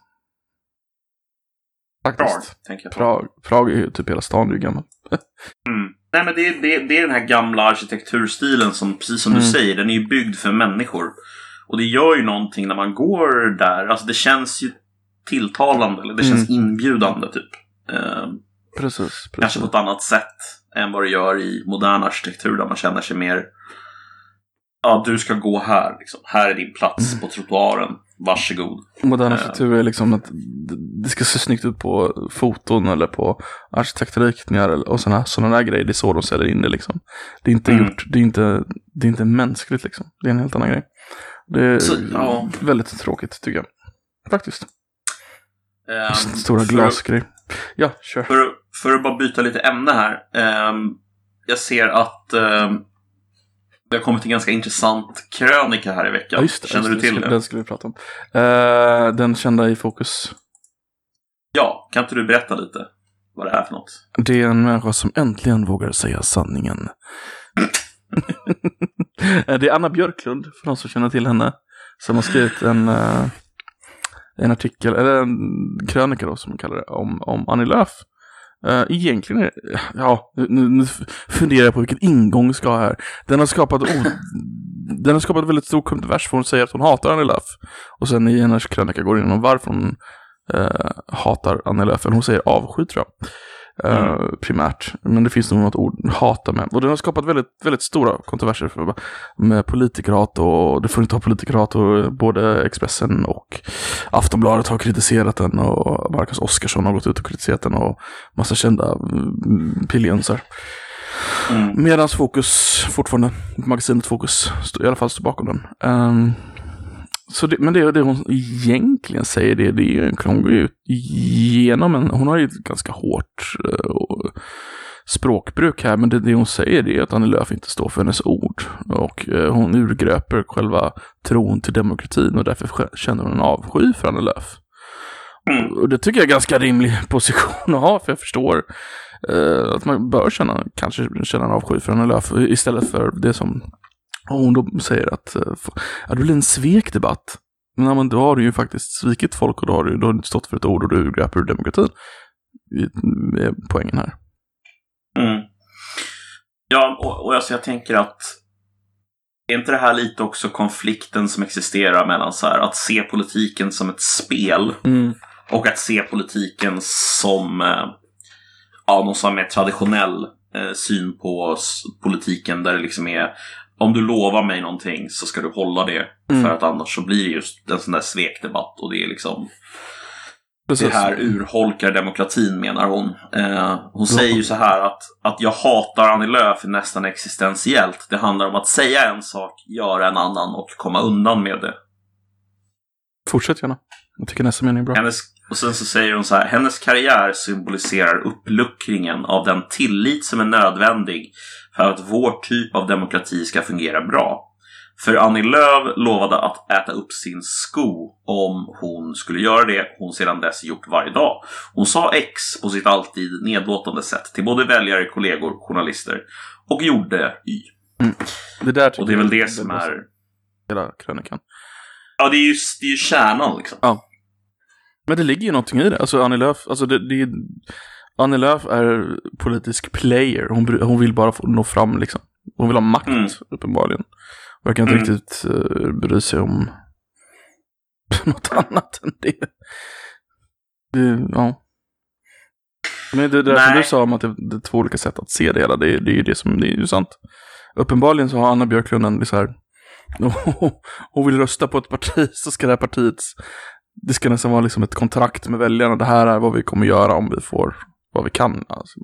Faktiskt. Prag är ju typ hela stan är ju gammal. Nej men det är den här gamla arkitekturstilen som, precis som du säger, den är ju byggd för människor. Och det gör ju någonting när man går där. Alltså det känns ju tilltalande, eller det känns inbjudande typ. Precis. Kanske på ett annat sätt än vad det gör i modern arkitektur där man känner sig mer, ja, du ska gå här liksom. Här är din plats på trottoaren. Varsågod. Modern arkitektur är liksom att det ska se snyggt ut på foton eller på arkitektritningar och sådana där grejer. Det är så de säljer in det liksom. Det är inte gjort, det är inte mänskligt liksom. Det är en helt annan grej. Det är väldigt tråkigt tycker jag. Faktiskt. Stora glasgrej. Ja, kör. För att bara byta lite ämne här. Jag ser att det har kommit en ganska intressant krönika här i veckan. Ja, just det, känner du till det? Den skulle vi prata om. Den kända i fokus. Ja, kan inte du berätta lite vad det är för något? Det är en människa som äntligen vågar säga sanningen. Det är Anna Björklund, för de som känner till henne, som har skrivit en artikel, eller en krönika då som man kallar det, om Annie Lööf. Egentligen är det, ja, nu funderar jag på vilken ingång vi ska ha här. Den har skapat väldigt stor kontrovers för hon säger att hon hatar Annie Lööf. Och sen i hennes krönika går det in om varför hon hatar Annie Lööf. Hon säger avsky tror jag. Primärt. Men det finns nog något ord hata med. Och den har skapat väldigt, väldigt stora kontroverser med politikerhat, och det får inte ha politikerhat, och både Expressen och Aftonbladet har kritiserat den, och Marcus Oskarsson har gått ut och kritiserat den, och massa kända pillionsar. Medan Fokus fortfarande, magasinet Fokus, i alla fall står bakom den. Men det hon egentligen säger, det är ju, hon går ut igenom hon har ju ett ganska hårt språkbruk här, men det hon säger är att Annie Lööf inte står för hennes ord, och hon urgröper själva tron till demokratin, och därför känner hon en avsky för Annie Lööf. Och det tycker jag är en ganska rimlig position att ha, för jag förstår att man bör känna en avsky för Annie Lööf istället för det som hon då säger att det blir en svekdebatt. Men då har du ju faktiskt svikit folk, och då har du stått för ett ord och du urgröper demokratin. Det är poängen här. Ja, och jag tänker att är inte det här lite också konflikten som existerar mellan så här, att se politiken som ett spel och att se politiken som någon som mer traditionell syn på politiken, där det liksom är, om du lovar mig någonting så ska du hålla det, för att annars så blir det just en sån där svekdebatt, och det är liksom precis. Det här urholkar demokratin, menar hon. Hon säger ju så här att jag hatar Annie Lööf är nästan existentiellt. Det handlar om att säga en sak, göra en annan och komma undan med det. Fortsätt gärna. Jag tycker nästa mening är bra. Och sen så säger hon så här: hennes karriär symboliserar uppluckringen av den tillit som är nödvändig för att vår typ av demokrati ska fungera bra. För Annie Lööf lovade att äta upp sin sko om hon skulle göra det hon sedan dess gjort varje dag. Hon sa X på sitt alltid nedlåtande sätt till både väljare, kollegor, journalister, och gjorde Y. Det där och det är väl det som är hela krönikan. Ja, det är ju kärnan liksom. Ja. Men det ligger ju någonting i det. Alltså Annie Lööf, Annie Lööf är politisk player. Hon vill bara nå fram liksom. Hon vill ha makt uppenbarligen. Jag kan inte riktigt bry sig om något annat än det. Ja. Men det där som du sa om att det är två olika sätt att se det hela, det är ju det som det är ju sant. Uppenbarligen så har Anna Björklund en så här, hon vill rösta på ett parti, så ska det här partiets, det ska nästan vara liksom ett kontrakt med väljarna. Det här är vad vi kommer göra om vi får vad vi kan. Alltså.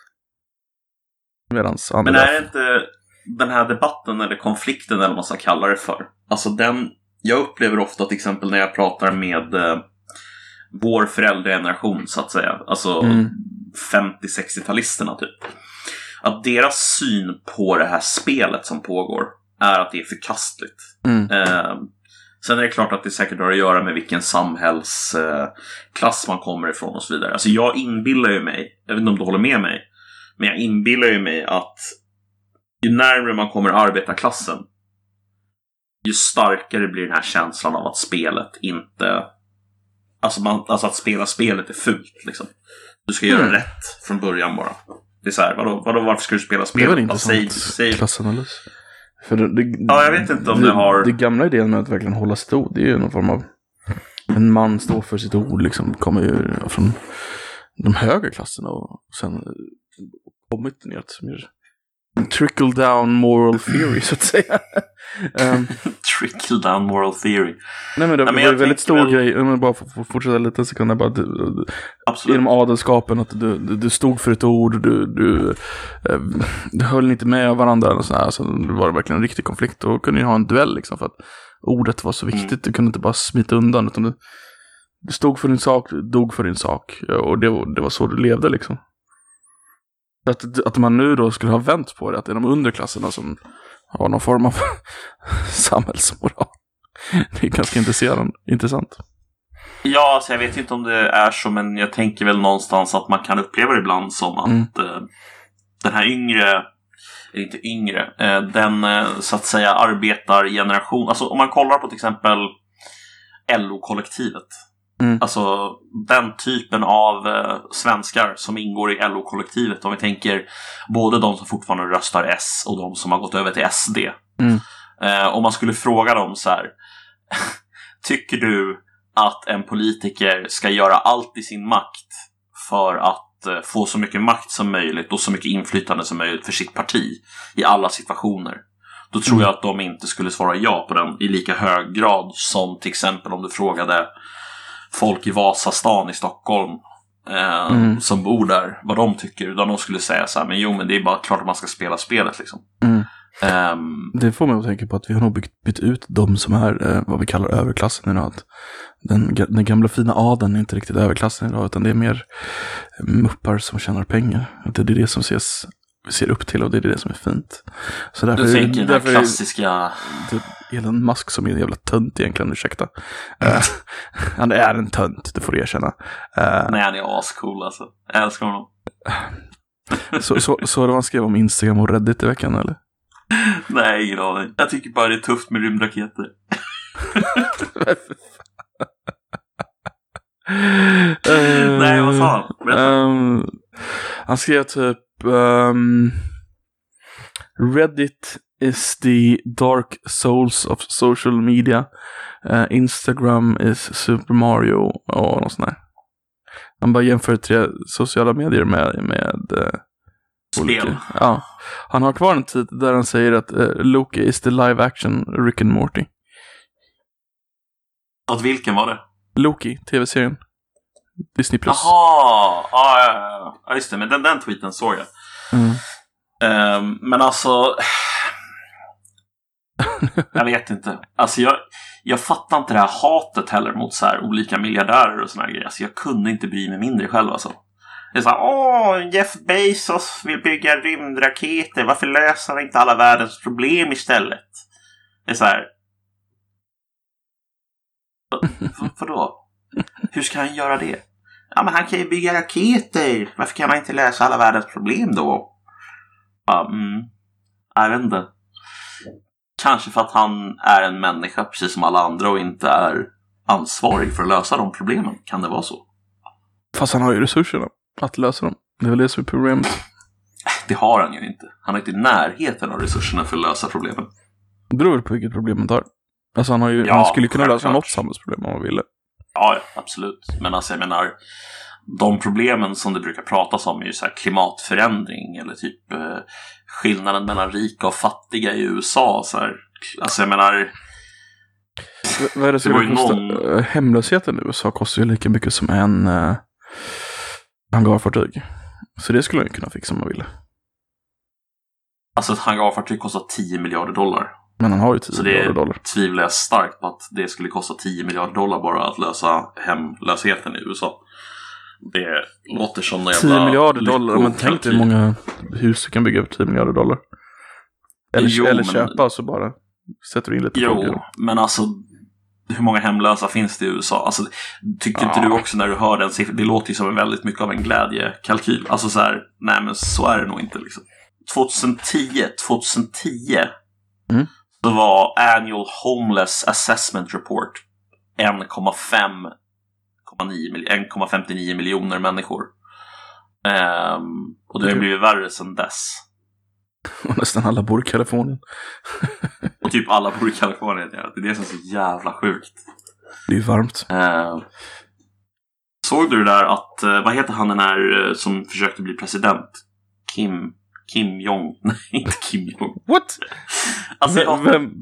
Men är det inte den här debatten eller konflikten, eller vad man ska kalla det för, alltså jag upplever ofta till exempel när jag pratar med vår föräldrageneration så att säga, alltså 50-60-talisterna typ, att deras syn på det här spelet som pågår är att det är förkastligt. Sen är det klart att det säkert har att göra med vilken samhällsklass man kommer ifrån och så vidare. Alltså jag inbillar ju mig, jag vet inte om du håller med mig, men jag inbillar ju mig att ju närmare man kommer arbetarklassen, ju starkare blir den här känslan av att spelet inte, alltså att spela spelet är fult liksom. Du ska göra rätt från början bara. Det är så här, vadå, varför ska du spela spelet? Det var intressant klassanalys. För ja, jag vet inte om det har... Det gamla idén med att verkligen hålla sitt ord, det är ju någon form av en man står för sitt ord liksom, kommer ju från de högre klasserna och sen kommit ner till mer trickle down moral theory så att säga. Trickle down moral theory. Nej, men det var en väldigt stor grej. Om jag bara får fortsätta lite så kan jag bara inom adelskapen att du stod för ett ord, du höll inte med varandra och så här, så det var verkligen en riktig konflikt och kunde ju ha en duell liksom, för att ordet var så viktigt. Du kunde inte bara smita undan, utan du stod för din sak, dog för din sak, och det var så du levde liksom. Att man nu då skulle ha vänt på det, att det är de underklasserna som har någon form av samhällsmoral. Det är ganska intressant. Ja, alltså jag vet inte om det är så, men jag tänker väl någonstans att man kan uppleva det ibland som att den här den så att säga arbetargeneration, alltså om man kollar på till exempel LO-kollektivet. Alltså den typen av svenskar som ingår i LO-kollektivet, om vi tänker både de som fortfarande röstar S och de som har gått över till SD. Om man skulle fråga dem så här: tycker du att en politiker ska göra allt i sin makt för att få så mycket makt som möjligt och så mycket inflytande som möjligt för sitt parti i alla situationer? Då tror jag att de inte skulle svara ja på den i lika hög grad som till exempel om du frågade folk i Vasastan i Stockholm som bor där, vad de tycker. Utan de skulle säga så här, men det är bara klart att man ska spela spelet liksom. Det får mig att tänka på att vi har nog bytt ut de som är vad vi kallar överklassen idag. Att den gamla fina adeln är inte riktigt överklassen idag, utan det är mer muppar som tjänar pengar. Att det är det som vi ser upp till, och det är det som är fint. Så därför, du tänker den klassiska... Elon Musk som är en jävla tönt egentligen, ursäkta. Han är en tönt, det får du erkänna. Nej, han är ascool alltså. Jag älskar honom. Så det var han skrev om Instagram och Reddit i veckan, eller? Nej, ingen aning. Jag tycker bara det är tufft med rymdraketer. Nej, vad sa han? Han skrev typ Reddit is the dark souls of social media. Instagram is Super Mario och något sånt där. Han bara jämför 3 sociala medier med spel. Ja. Han har kvar en tid där han säger att Loki is the live action Rick and Morty. Att vilken var det? Loki, tv-serien. Disney+. Jaha, ja, just det. Men den tweeten såg jag. Men alltså... jag vet inte. Alltså jag fattar inte det här hatet heller mot så här olika miljardärer och såna här grejer. Alltså jag kunde inte bry mig mindre själv alltså. Det är så här, Jeff Bezos vill bygga rymdraketer. Varför löser han inte alla världens problem istället? Det är så här... Vadå? Hur ska han göra det? Ja, men han kan ju bygga raketer. Varför kan han inte lösa alla världens problem då? Jag vet inte. Kanske för att han är en människa precis som alla andra och inte är ansvarig för att lösa de problemen. Kan det vara så? Fast han har ju resurserna att lösa dem. Det är väl det som är problemet. Det har han ju inte. Han har inte i närheten av resurserna för att lösa problemen. Det beror på vilket problem man tar. Alltså han skulle kunna lösa något samhällsproblem om han ville. Ja, absolut. Men alltså jag menar, de problemen som det brukar pratas om är ju så här klimatförändring eller typ skillnaden mellan rika och fattiga i USA. Så här. Alltså jag menar... Vad är det som kostar? Hemlösheten i USA kostar ju lika mycket som en hangarfartyg. Så det skulle han ju kunna fixa om man ville. Alltså ett hangarfartyg kostar $10 miljarder. Men han har ju $10 miljarder. Så det tvivlar jag starkt på att det skulle kosta $10 miljarder bara att lösa hemlösheten i USA. Det låter som en jävla... $10 miljarder, men tänk dig hur många hus du kan bygga för $10 miljarder. Eller köpa, så bara sätter du in lite folk. Jo, men alltså hur många hemlösa finns det i USA? Alltså, tycker inte du också när du hör den siffran? Det låter ju som väldigt mycket av en glädjekalkyl. Alltså så här, nej men så är det nog inte liksom. 2010 så var Annual Homeless Assessment Report 1,59 miljoner människor. Och det har blivit värre sedan dess. Och nästan alla bor i Kalifornien. Och typ alla bor i Kalifornien. Ja. Det är det som är så jävla sjukt. Det är varmt. Såg du det där att, vad heter han den här som försökte bli president? Kim Jong. Nej, inte Kim Jong. What? Alltså,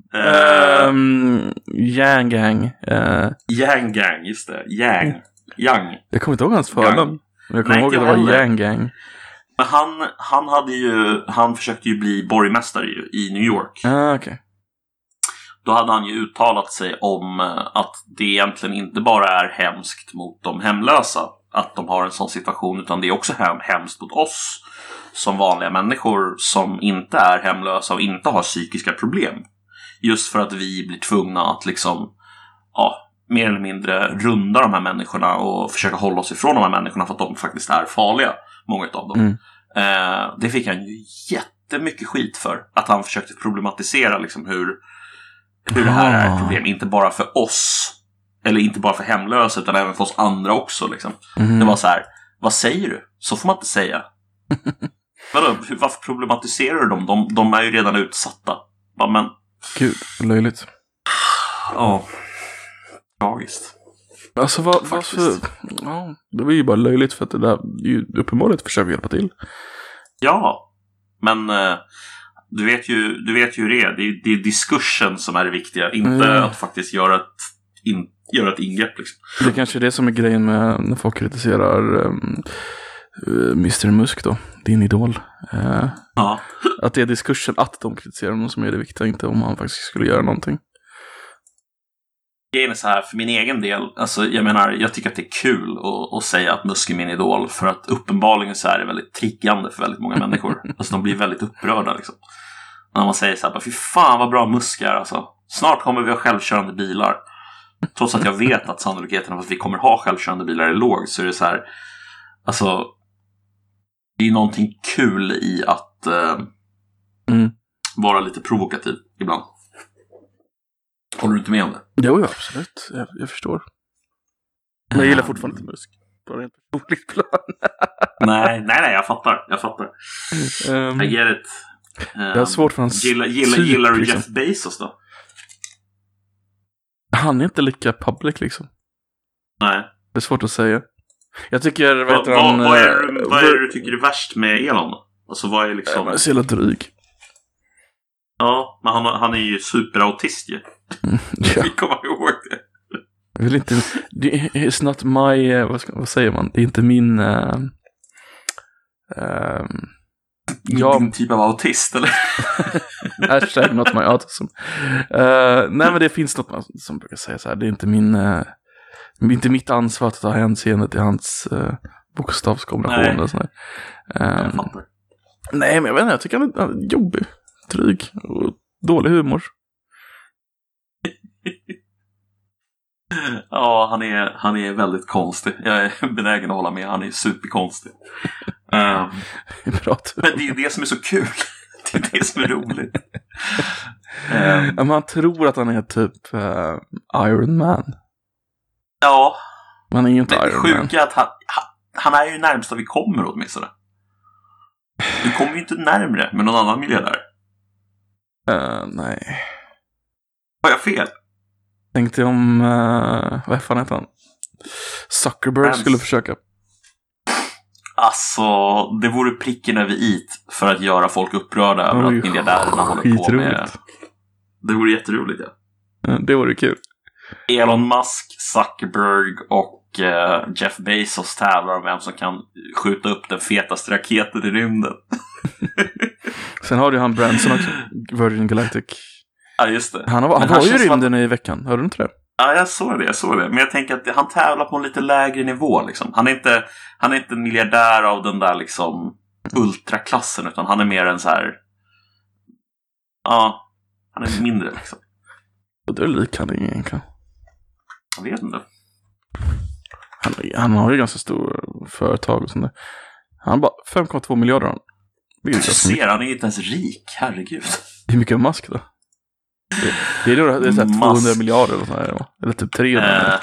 Yang Gang. Yang Gang, just det. Yang. Jag kommer inte ihåg hans förnamn. Jag kommer ihåg att det var Yang Gang. Men han försökte ju bli borgmästare i New York. Okay. Då hade han ju uttalat sig om att det egentligen inte bara är hemskt mot de hemlösa att de har en sån situation, utan det är också hemskt mot oss som vanliga människor som inte är hemlösa och inte har psykiska problem. Just för att vi blir tvungna att liksom, mer eller mindre runda de här människorna och försöka hålla oss ifrån de här människorna för att de faktiskt är farliga, många av dem. Det fick han ju jättemycket skit för, att han försökte problematisera liksom hur det här är ett problem, inte bara för oss eller inte bara för hemlösa utan även för oss andra också liksom. Det var så här, vad säger du? Så får man inte säga. Varför problematiserar du dem? De är ju redan utsatta. Men... Gud, löjligt. Ja, tragiskt. Alltså varför? Ja, det var ju bara löjligt för att det där är ju uppenbarligen ett försök att hjälpa till. Ja, men du vet ju hur det är. Det är diskursen som är det viktiga. Inte att faktiskt göra göra ett ingrepp liksom. Det kanske är det som är grejen med när folk kritiserar Mr. Musk då, din idol. Ja. Att det är diskursen att de kritiserar någon som är det viktiga, inte om han faktiskt skulle göra någonting. Grejen är så här, för min egen del, alltså jag menar, jag tycker att det är kul att säga att Musk är min idol, för att uppenbarligen så är det väldigt triggande för väldigt många människor. Alltså de blir väldigt upprörda liksom. När man säger så här, fy fan vad bra Musk är alltså. Snart kommer vi ha självkörande bilar. Trots att jag vet att sannolikheten att vi kommer ha självkörande bilar är låg, så är det så här, alltså det är någonting kul i att vara lite provokativ ibland. Håller du inte med om det? Jo, absolut. Jag förstår. Men jag gillar fortfarande inte Musk. Bara en personlig plan. nej, jag fattar. I get it. Jag har svårt för hans gillar du liksom Jeff Bezos då? Han är inte lika public liksom. Nej. Det är svårt att säga. Jag tycker, vad är det du tycker är värst med Elon? Alltså vad är liksom... Han är så jävla dryg. Ja, men han är ju superautist ju. Ja. Vi kommer ihåg det. Jag vill inte... It's not my... vad säger man? Det är inte min... Din typ av autist, eller? Hashtag not my autism. Nej, men det finns något som brukar säga så här. Det är inte inte mitt ansvar att ta hänseende till hans bokstavskombination och sådär. Jag fattar. Nej, men jag vet inte. Jag tycker han är jobbig, dryg och dålig humor. Ja, han är väldigt konstig. Jag är benägen att hålla med. Han är superkonstig. Bra, men det är det som är så kul. Det är det som är roligt. Man tror att han är typ Iron Man. Ja. Man är ju inte Iron Man. Det sjuka är att han är ju närmsta vi kommer åtminstone. Vi kommer ju inte närmare med någon annan miljardär. Nej. Har jag fel? Tänkte om vad fan heter han? Zuckerberg skulle försöka. Alltså, det vore pricken över it för att göra folk upprörda över att miljardärerna håller på med. Det vore jätteroligt, ja. Det vore kul. Elon Musk, Zuckerberg och Jeff Bezos tävlar om vem som kan skjuta upp den fetaste raketen i rymden. Sen har du han Branson också, Virgin Galactic. Ja, just det. Han var ju i rymden i veckan, hörde du inte det? Ja, jag såg det. Men jag tänker att han tävlar på en lite lägre nivå liksom. Han är inte en miljardär av den där liksom ultraklassen, utan han är mer en så här... Ja, han är mindre liksom. Och det är lik han egentligen. Jag vet inte. Han har ju ganska stor företag och sånt där. Han har bara 5,2 miljarder. Du ser, han är ju inte ens rik, herregud. Hur mycket är Musk då? Det är så här 200 miljarder eller, sådär, eller typ 300.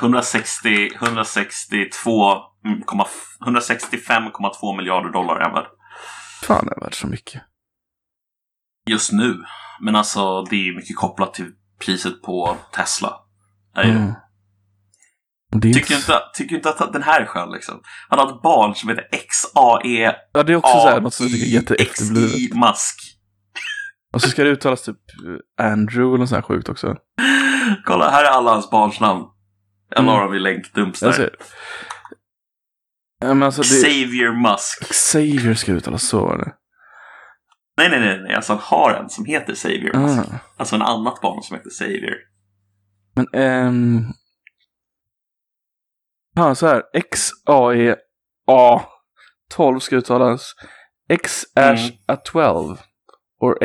165,2 miljarder dollar är värd. Fan, är värd så mycket. Just nu. Men alltså, det är mycket kopplat till priset på Tesla. Tycker inte att den här är skön liksom. Han har ett barn som heter XAE. Ja, det är också så här, något som jag tycker är jätteefterblivet. Musk. Och så ska det uttalas typ Andrew eller något sånt här sjukt också. Kolla, här är alla hans barns namn. Jag la dem i länkdumps där. Alltså, Xavier Musk. Xavier ska uttalas så, var det. Nej. Alltså han har en som heter Xavier Musk. Alltså en annat barn som heter Xavier. Men så här, XAEA 12 ska uttalas X-A12 or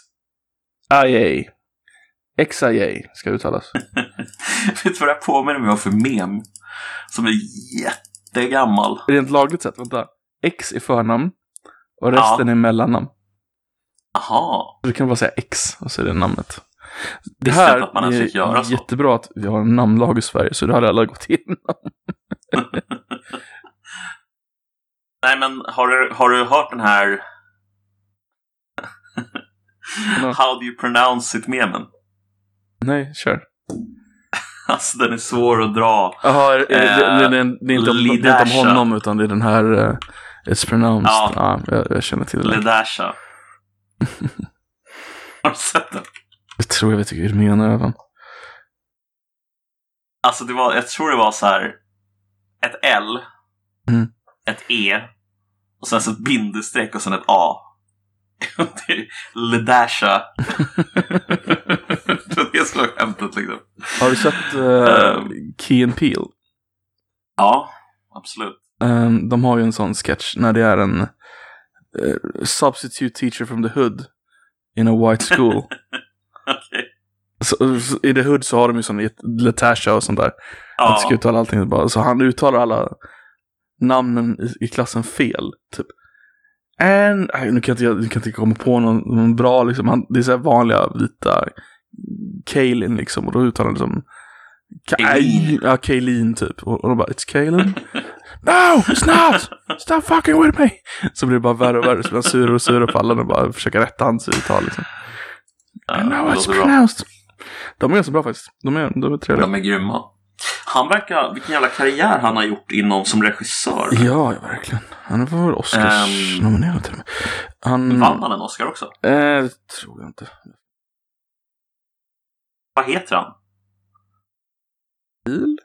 XIA ska uttalas. Vet du vad det påminner mig om för mem som är jättegammal? Rent lagligt sett, vänta. X är förnamn och resten är mellannamn. Aha. Du kan bara säga X och så är det namnet. Det här att man är jättebra att vi har en namnlag i Sverige, så det hade alla gått igenom. Nej, men har du hört den här How do you pronounce it memen? Nej, kör. Alltså den är svår att dra. Jaha, det är inte om honom, utan det är den här it's pronounced. Ja, jag känner till det. Ledasha. Har du sett den? Jag tror jag vet inte hur du menar även. Alltså jag tror det var så här ett L, ett E och sen så ett bindestreck och sen ett A. Det är Ledasha. Det är så skämtet liksom. Har du sett Key and Peele? Ja, absolut. De har ju en sån sketch när det är en substitute teacher from the hood in a white school. Okej. Så, i the hood så har de ju sån Latasha och sånt där. Att ska uttala allting bara. Så han uttalar alla namnen i klassen fel typ. Nu kan jag inte komma på någon bra liksom. Det är så här vanliga vita Kaelin liksom. Och då uttalar han som Kaelin typ. Och de bara, it's Kaelin? No, it's not! Stop fucking with me! Så blir det bara värre och värre. Så blir han sur på alla och bara försöker rätta hans uttal liksom. No, it's pronounced. De är så bra faktiskt. De är trevliga. De är grymma. Han verkar, vilken jävla karriär han har gjort inom som regissör. Ja, verkligen. Han var väl Oscars nominerad till och med. Vann han en Oscar också? Det tror jag inte. Vad heter han? Pil?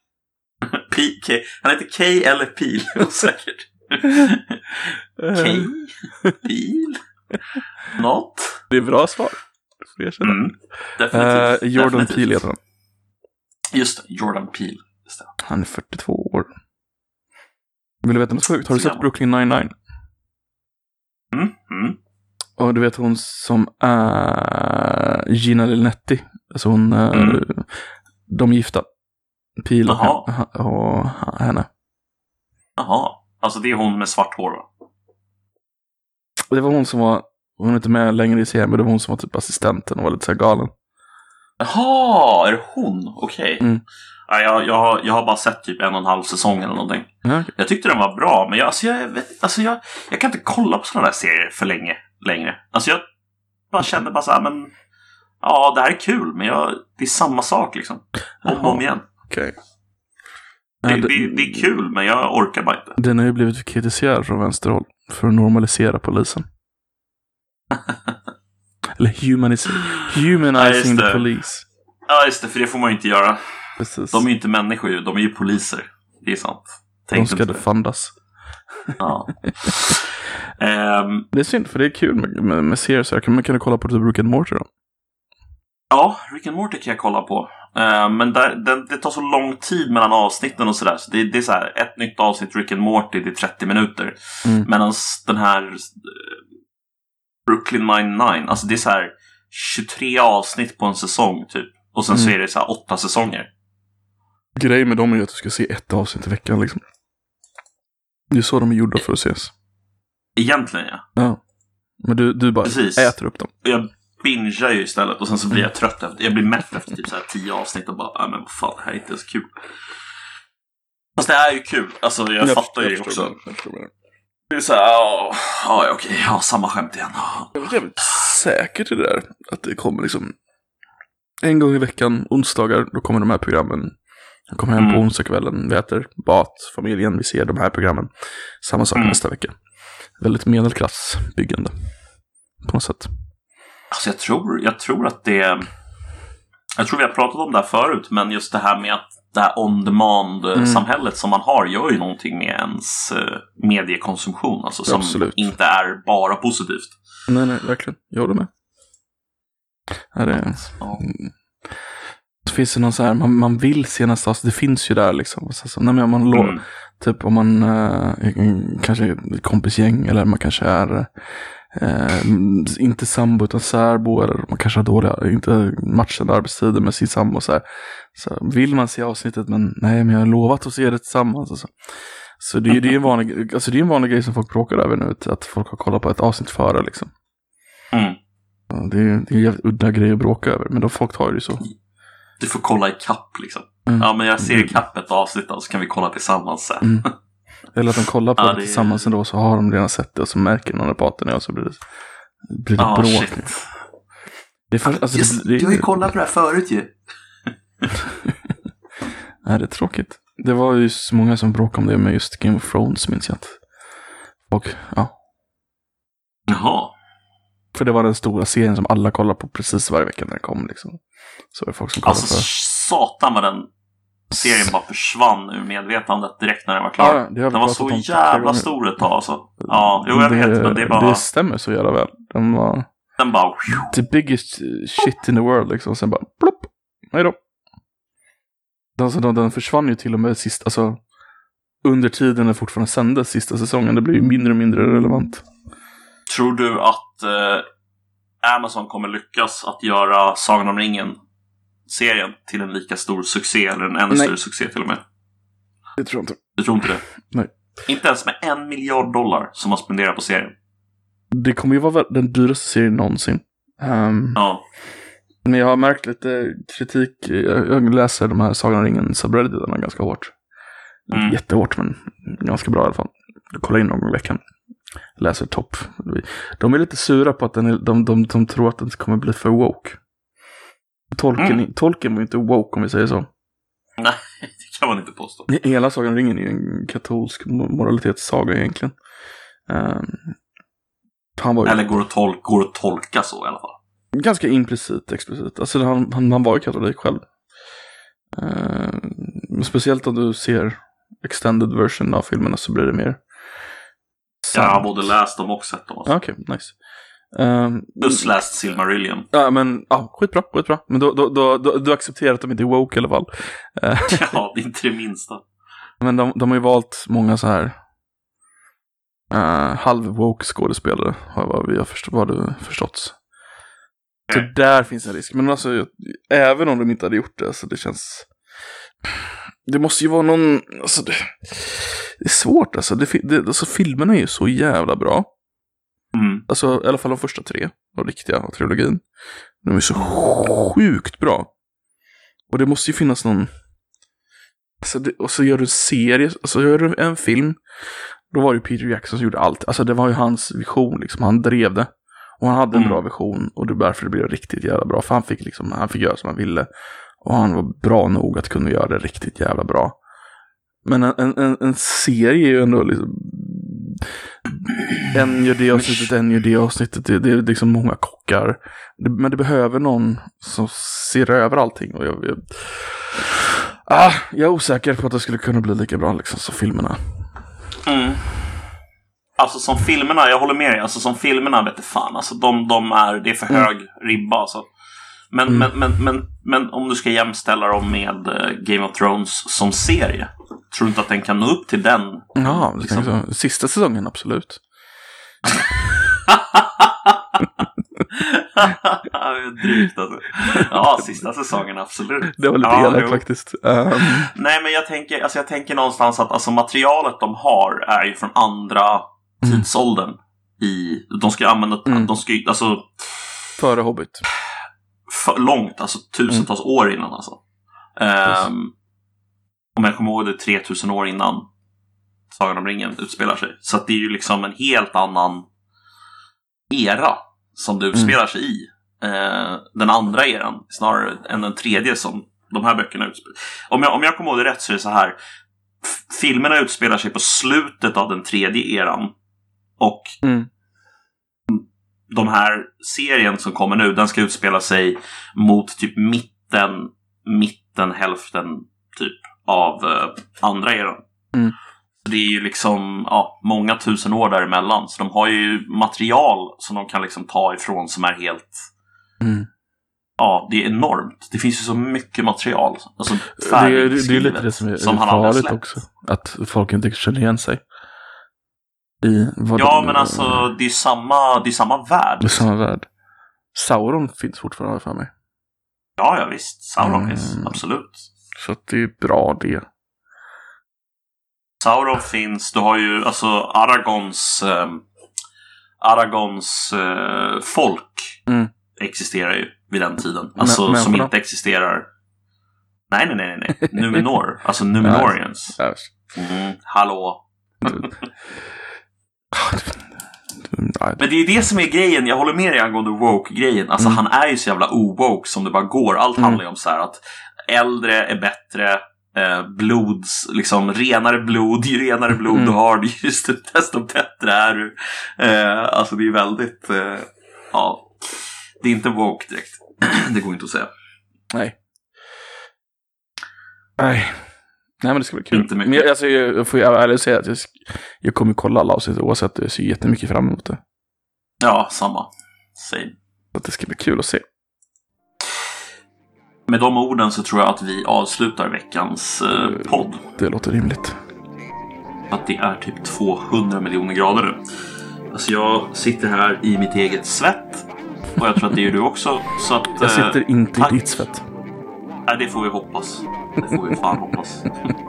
Han heter Kay eller Pil, säkert. Kay? Pil? Något? Det är bra svar. Får jag känna. Definitivt. Jordan Peele heter han. Just det, Jordan Peele. Just det. Han är 42 år. Vill du veta något sjukt? Har du sett Brooklyn Nine-Nine? Och du vet hon som Gina Linetti. Alltså hon de gifta. Peele och henne. Jaha, alltså det är hon med svart hår va? Det var hon som var, hon är inte med längre i serien, men det var hon som var typ assistenten och var lite så här galen. Jaha, är det hon? Okej. Ja, jag har bara sett typ 1,5 säsong eller någonting. Okay. Jag tyckte den var bra, men jag kan inte kolla på sådana där serier för längre. Alltså jag bara kände bara så här, men ja, det här är kul, men det är samma sak liksom. Om igen. Okej. Det är kul, men jag orkar bara inte. Den har ju blivit kritiserad från vänsterhåll för att normalisera polisen. Eller humanizing the police. Ja, just det, för det får man ju inte göra. Precis. De är ju inte människor, de är ju poliser. Det är sant. De ska det fundas. Ja. Det är synd, för det är kul med serier så här. Man kan kolla på Rick and Morty då. Ja, Rick and Morty kan jag kolla på. Men det tar så lång tid mellan avsnitten och sådär. Så det är så här, ett nytt avsnitt Rick and Morty, det är 30 minuter. Medan den här Brooklyn Nine-Nine, alltså det är så här 23 avsnitt på en säsong typ. Och sen så är det så här 8 säsonger. Grejen med dem är att du ska se ett avsnitt i veckan liksom. Det är så de är gjorda för att ses. Egentligen ja. Men du bara äter upp dem. Jag bingear ju istället och sen så blir jag trött efter. Jag blir mätt efter typ så här 10 avsnitt och bara, men vad fan, det här är inte så kul. Fast det är ju kul. Alltså jag fattar ju också. Det är så här, okej, samma skämt igen. Jag är jävligt säker till det där. Att det kommer liksom en gång i veckan, onsdagar, då kommer de här programmen. Jag kommer hem på onsdagskvällen, vi äter familjen, vi ser de här programmen. Samma sak nästa vecka. Väldigt medelklassbyggande på något sätt. Alltså jag tror att det... Jag tror vi har pratat om det här förut, men just det här med att det här on-demand-samhället som man har gör ju någonting med ens mediekonsumtion. Alltså som absolut inte är bara positivt. Nej, verkligen. Jag håller med. Så finns det någon så här, man vill se nästa, alltså det finns ju där liksom. Så, nej, men man typ om man kanske är ett kompisgäng, eller man kanske är inte sambo utan särbo, eller man kanske har dåliga, inte matchande arbetstider med sin sambo så vill man se avsnittet, men nej, men jag har lovat att se det tillsammans alltså. Så det är en vanlig, alltså det är en vanlig grej som folk bråkar över nu, att folk har kollat på ett avsnitt före liksom. Det är en jävligt udda grej att bråka över, men då folk tar det så. Du får kolla i kapp liksom. Ja, men jag ser i kapp ett avsnitt så kan vi kolla tillsammans sen. Eller att de kollar på det tillsammans ändå, så har de redan sett det och så märker någon parten och så blir det bråk. Shit. Det är alltså, du har ju kollat på det här förut ju. Nej, det är tråkigt. Det var ju så många som bråkade om det med just Game of Thrones, minns jag inte. Och, Jaha. För det var den stora serien som alla kollar på precis varje vecka när det kom liksom. Så är det folk som kollar alltså, satan vad den serien bara försvann ur medvetandet direkt när den var klar. Den var så jävla stor ett tag alltså. Ja, jo, jag vet, men det är bara... Det stämmer så jävla väl. Den bara... The biggest shit in the world liksom. Sen bara... Plopp! Nej då. Alltså, den försvann ju till och med sist... Alltså, under tiden när fortfarande sändes sista säsongen. Det blir ju mindre och mindre relevant. Tror du att Amazon kommer lyckas att göra Sagan om ringen-serien till en lika stor succé, eller en ännu större succé till och med? Det tror jag inte. Du tror inte det? Nej. Inte ens med $1 miljard som man spenderar på serien. Det kommer ju vara den dyraste serien någonsin. Ja. Men jag har märkt lite kritik. Jag läser de här Sagan om ringen subredditarna ganska hårt. Jättehårt, men ganska bra i alla fall. Jag kollar in någon gång i veckan. Läser topp. De är lite sura på att de tror att den kommer bli för woke. Tolkien var inte woke, om vi säger så. Nej, det kan man inte påstå. Hela Sagan om ringen är ju en katolsk moralitetssaga egentligen. Eller går att tolka så i alla fall. Ganska implicit, explicit. Alltså han var ju katolik själv. Speciellt om du ser extended version av filmerna så blir det mer sant. Jag har både läst dem och sett dem. Alltså. Okej, nice. Just läst Silmarillion. Ja, men skitbra. Men du accepterar att de inte är woke i alla fall. Ja, det är inte det minsta. Men de har ju valt många så här halv-woke skådespelare, vad det förståtts. Så där finns en risk. Men alltså, även om de inte hade gjort det, så det känns... Det måste ju vara någon... Alltså, det är svårt alltså. Alltså, filmerna är ju så jävla bra. Alltså, i alla fall de första 3. De riktiga av trilogin. De är så sjukt bra. Och det måste ju finnas någon... Alltså, och så gör du en serie. Alltså, gör du en film. Då var det Peter Jackson som gjorde allt. Alltså, det var ju hans vision liksom. Han drev det. Och han hade en bra vision. Och det var därför det blev riktigt jävla bra. För han fick göra som han ville. Och han var bra nog att kunna göra det riktigt jävla bra. Men en serie är ju ändå liksom... En gör det avsnittet, en gör det avsnittet. Det är liksom många kockar. Men det behöver någon som ser över allting. Och jag är osäker på att det skulle kunna bli lika bra liksom som filmerna. Alltså som filmerna, jag håller med dig. Alltså som filmerna vet jag fan. Alltså det är för hög ribba alltså. Men om du ska jämställa dem med Game of Thrones som serie, tror du inte att den kan nå upp till den? Ja, liksom. Sista säsongen absolut. Drygt alltså. Ja, sista säsongen absolut. Det var lite elakt faktiskt. Nej, men jag tänker någonstans att alltså, materialet de har är ju från andra tidsåldern. De ska använda alltså före Hobbit. Långt, alltså tusentals år innan alltså. Om jag kommer ihåg det, 3000 år innan Sagan om ringen utspelar sig. Så att det är ju liksom en helt annan era som det utspelar sig i. Den andra eran snarare än den tredje som de här böckerna utspelar. Om jag kommer ihåg det rätt så är det så här. Filmerna utspelar sig på slutet av den tredje eran. Och de här serien som kommer nu, den ska utspela sig mot typ mitten hälften typ av andra eran. Det är ju liksom många tusen år däremellan. Så de har ju material som de kan liksom ta ifrån som är helt... det är enormt. Det finns ju så mycket material. Alltså, det är lite det som är farligt också. Att folk inte känner igen sig. Men alltså det är samma värld. Det är samma värld. Sauron finns fortfarande för mig. Ja, visst. Sauron finns, absolut. Så att det är bra det. Sauron finns. Du har ju alltså Aragons folk existerar ju vid den tiden. Alltså som inte existerar. Nej. Numenor. Alltså Numenorians. Hallå. Men det är ju det som är grejen. Jag håller med dig angående woke-grejen. Alltså han är ju så jävla o-woke som det bara går. Allt handlar ju om så här att äldre är bättre, liksom renare blod. Ju renare blod du har, desto bättre är du. Alltså det är väldigt det är inte woke direkt. Det går inte att säga. Nej. Nej, men det ska bli kul. Inte mycket. Men jag får ju ärligt säga att jag kommer kolla alla avsnitt oavsett. Jag ser jättemycket fram emot det. Ja, samma. Same. Att det ska bli kul att se. Med de orden så tror jag att vi avslutar veckans podd. Det låter rimligt. Att det är typ 200 miljoner grader nu. Alltså jag sitter här i mitt eget svett. Och jag tror att det är du också. Så att, jag sitter inte i ditt svett. Nej, det får vi hoppas. Det får vi fan hoppas.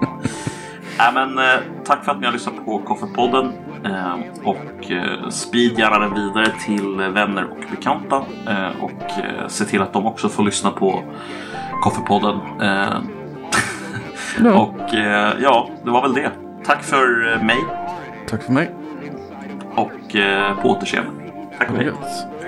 Tack för att ni har lyssnat på Koffepodden. Och sprid gärna den vidare till vänner och bekanta. Och se till att de också får lyssna på Koffepodden. Och det var väl det. Tack för mig. Tack för mig. Och på återseende. Tack för mig.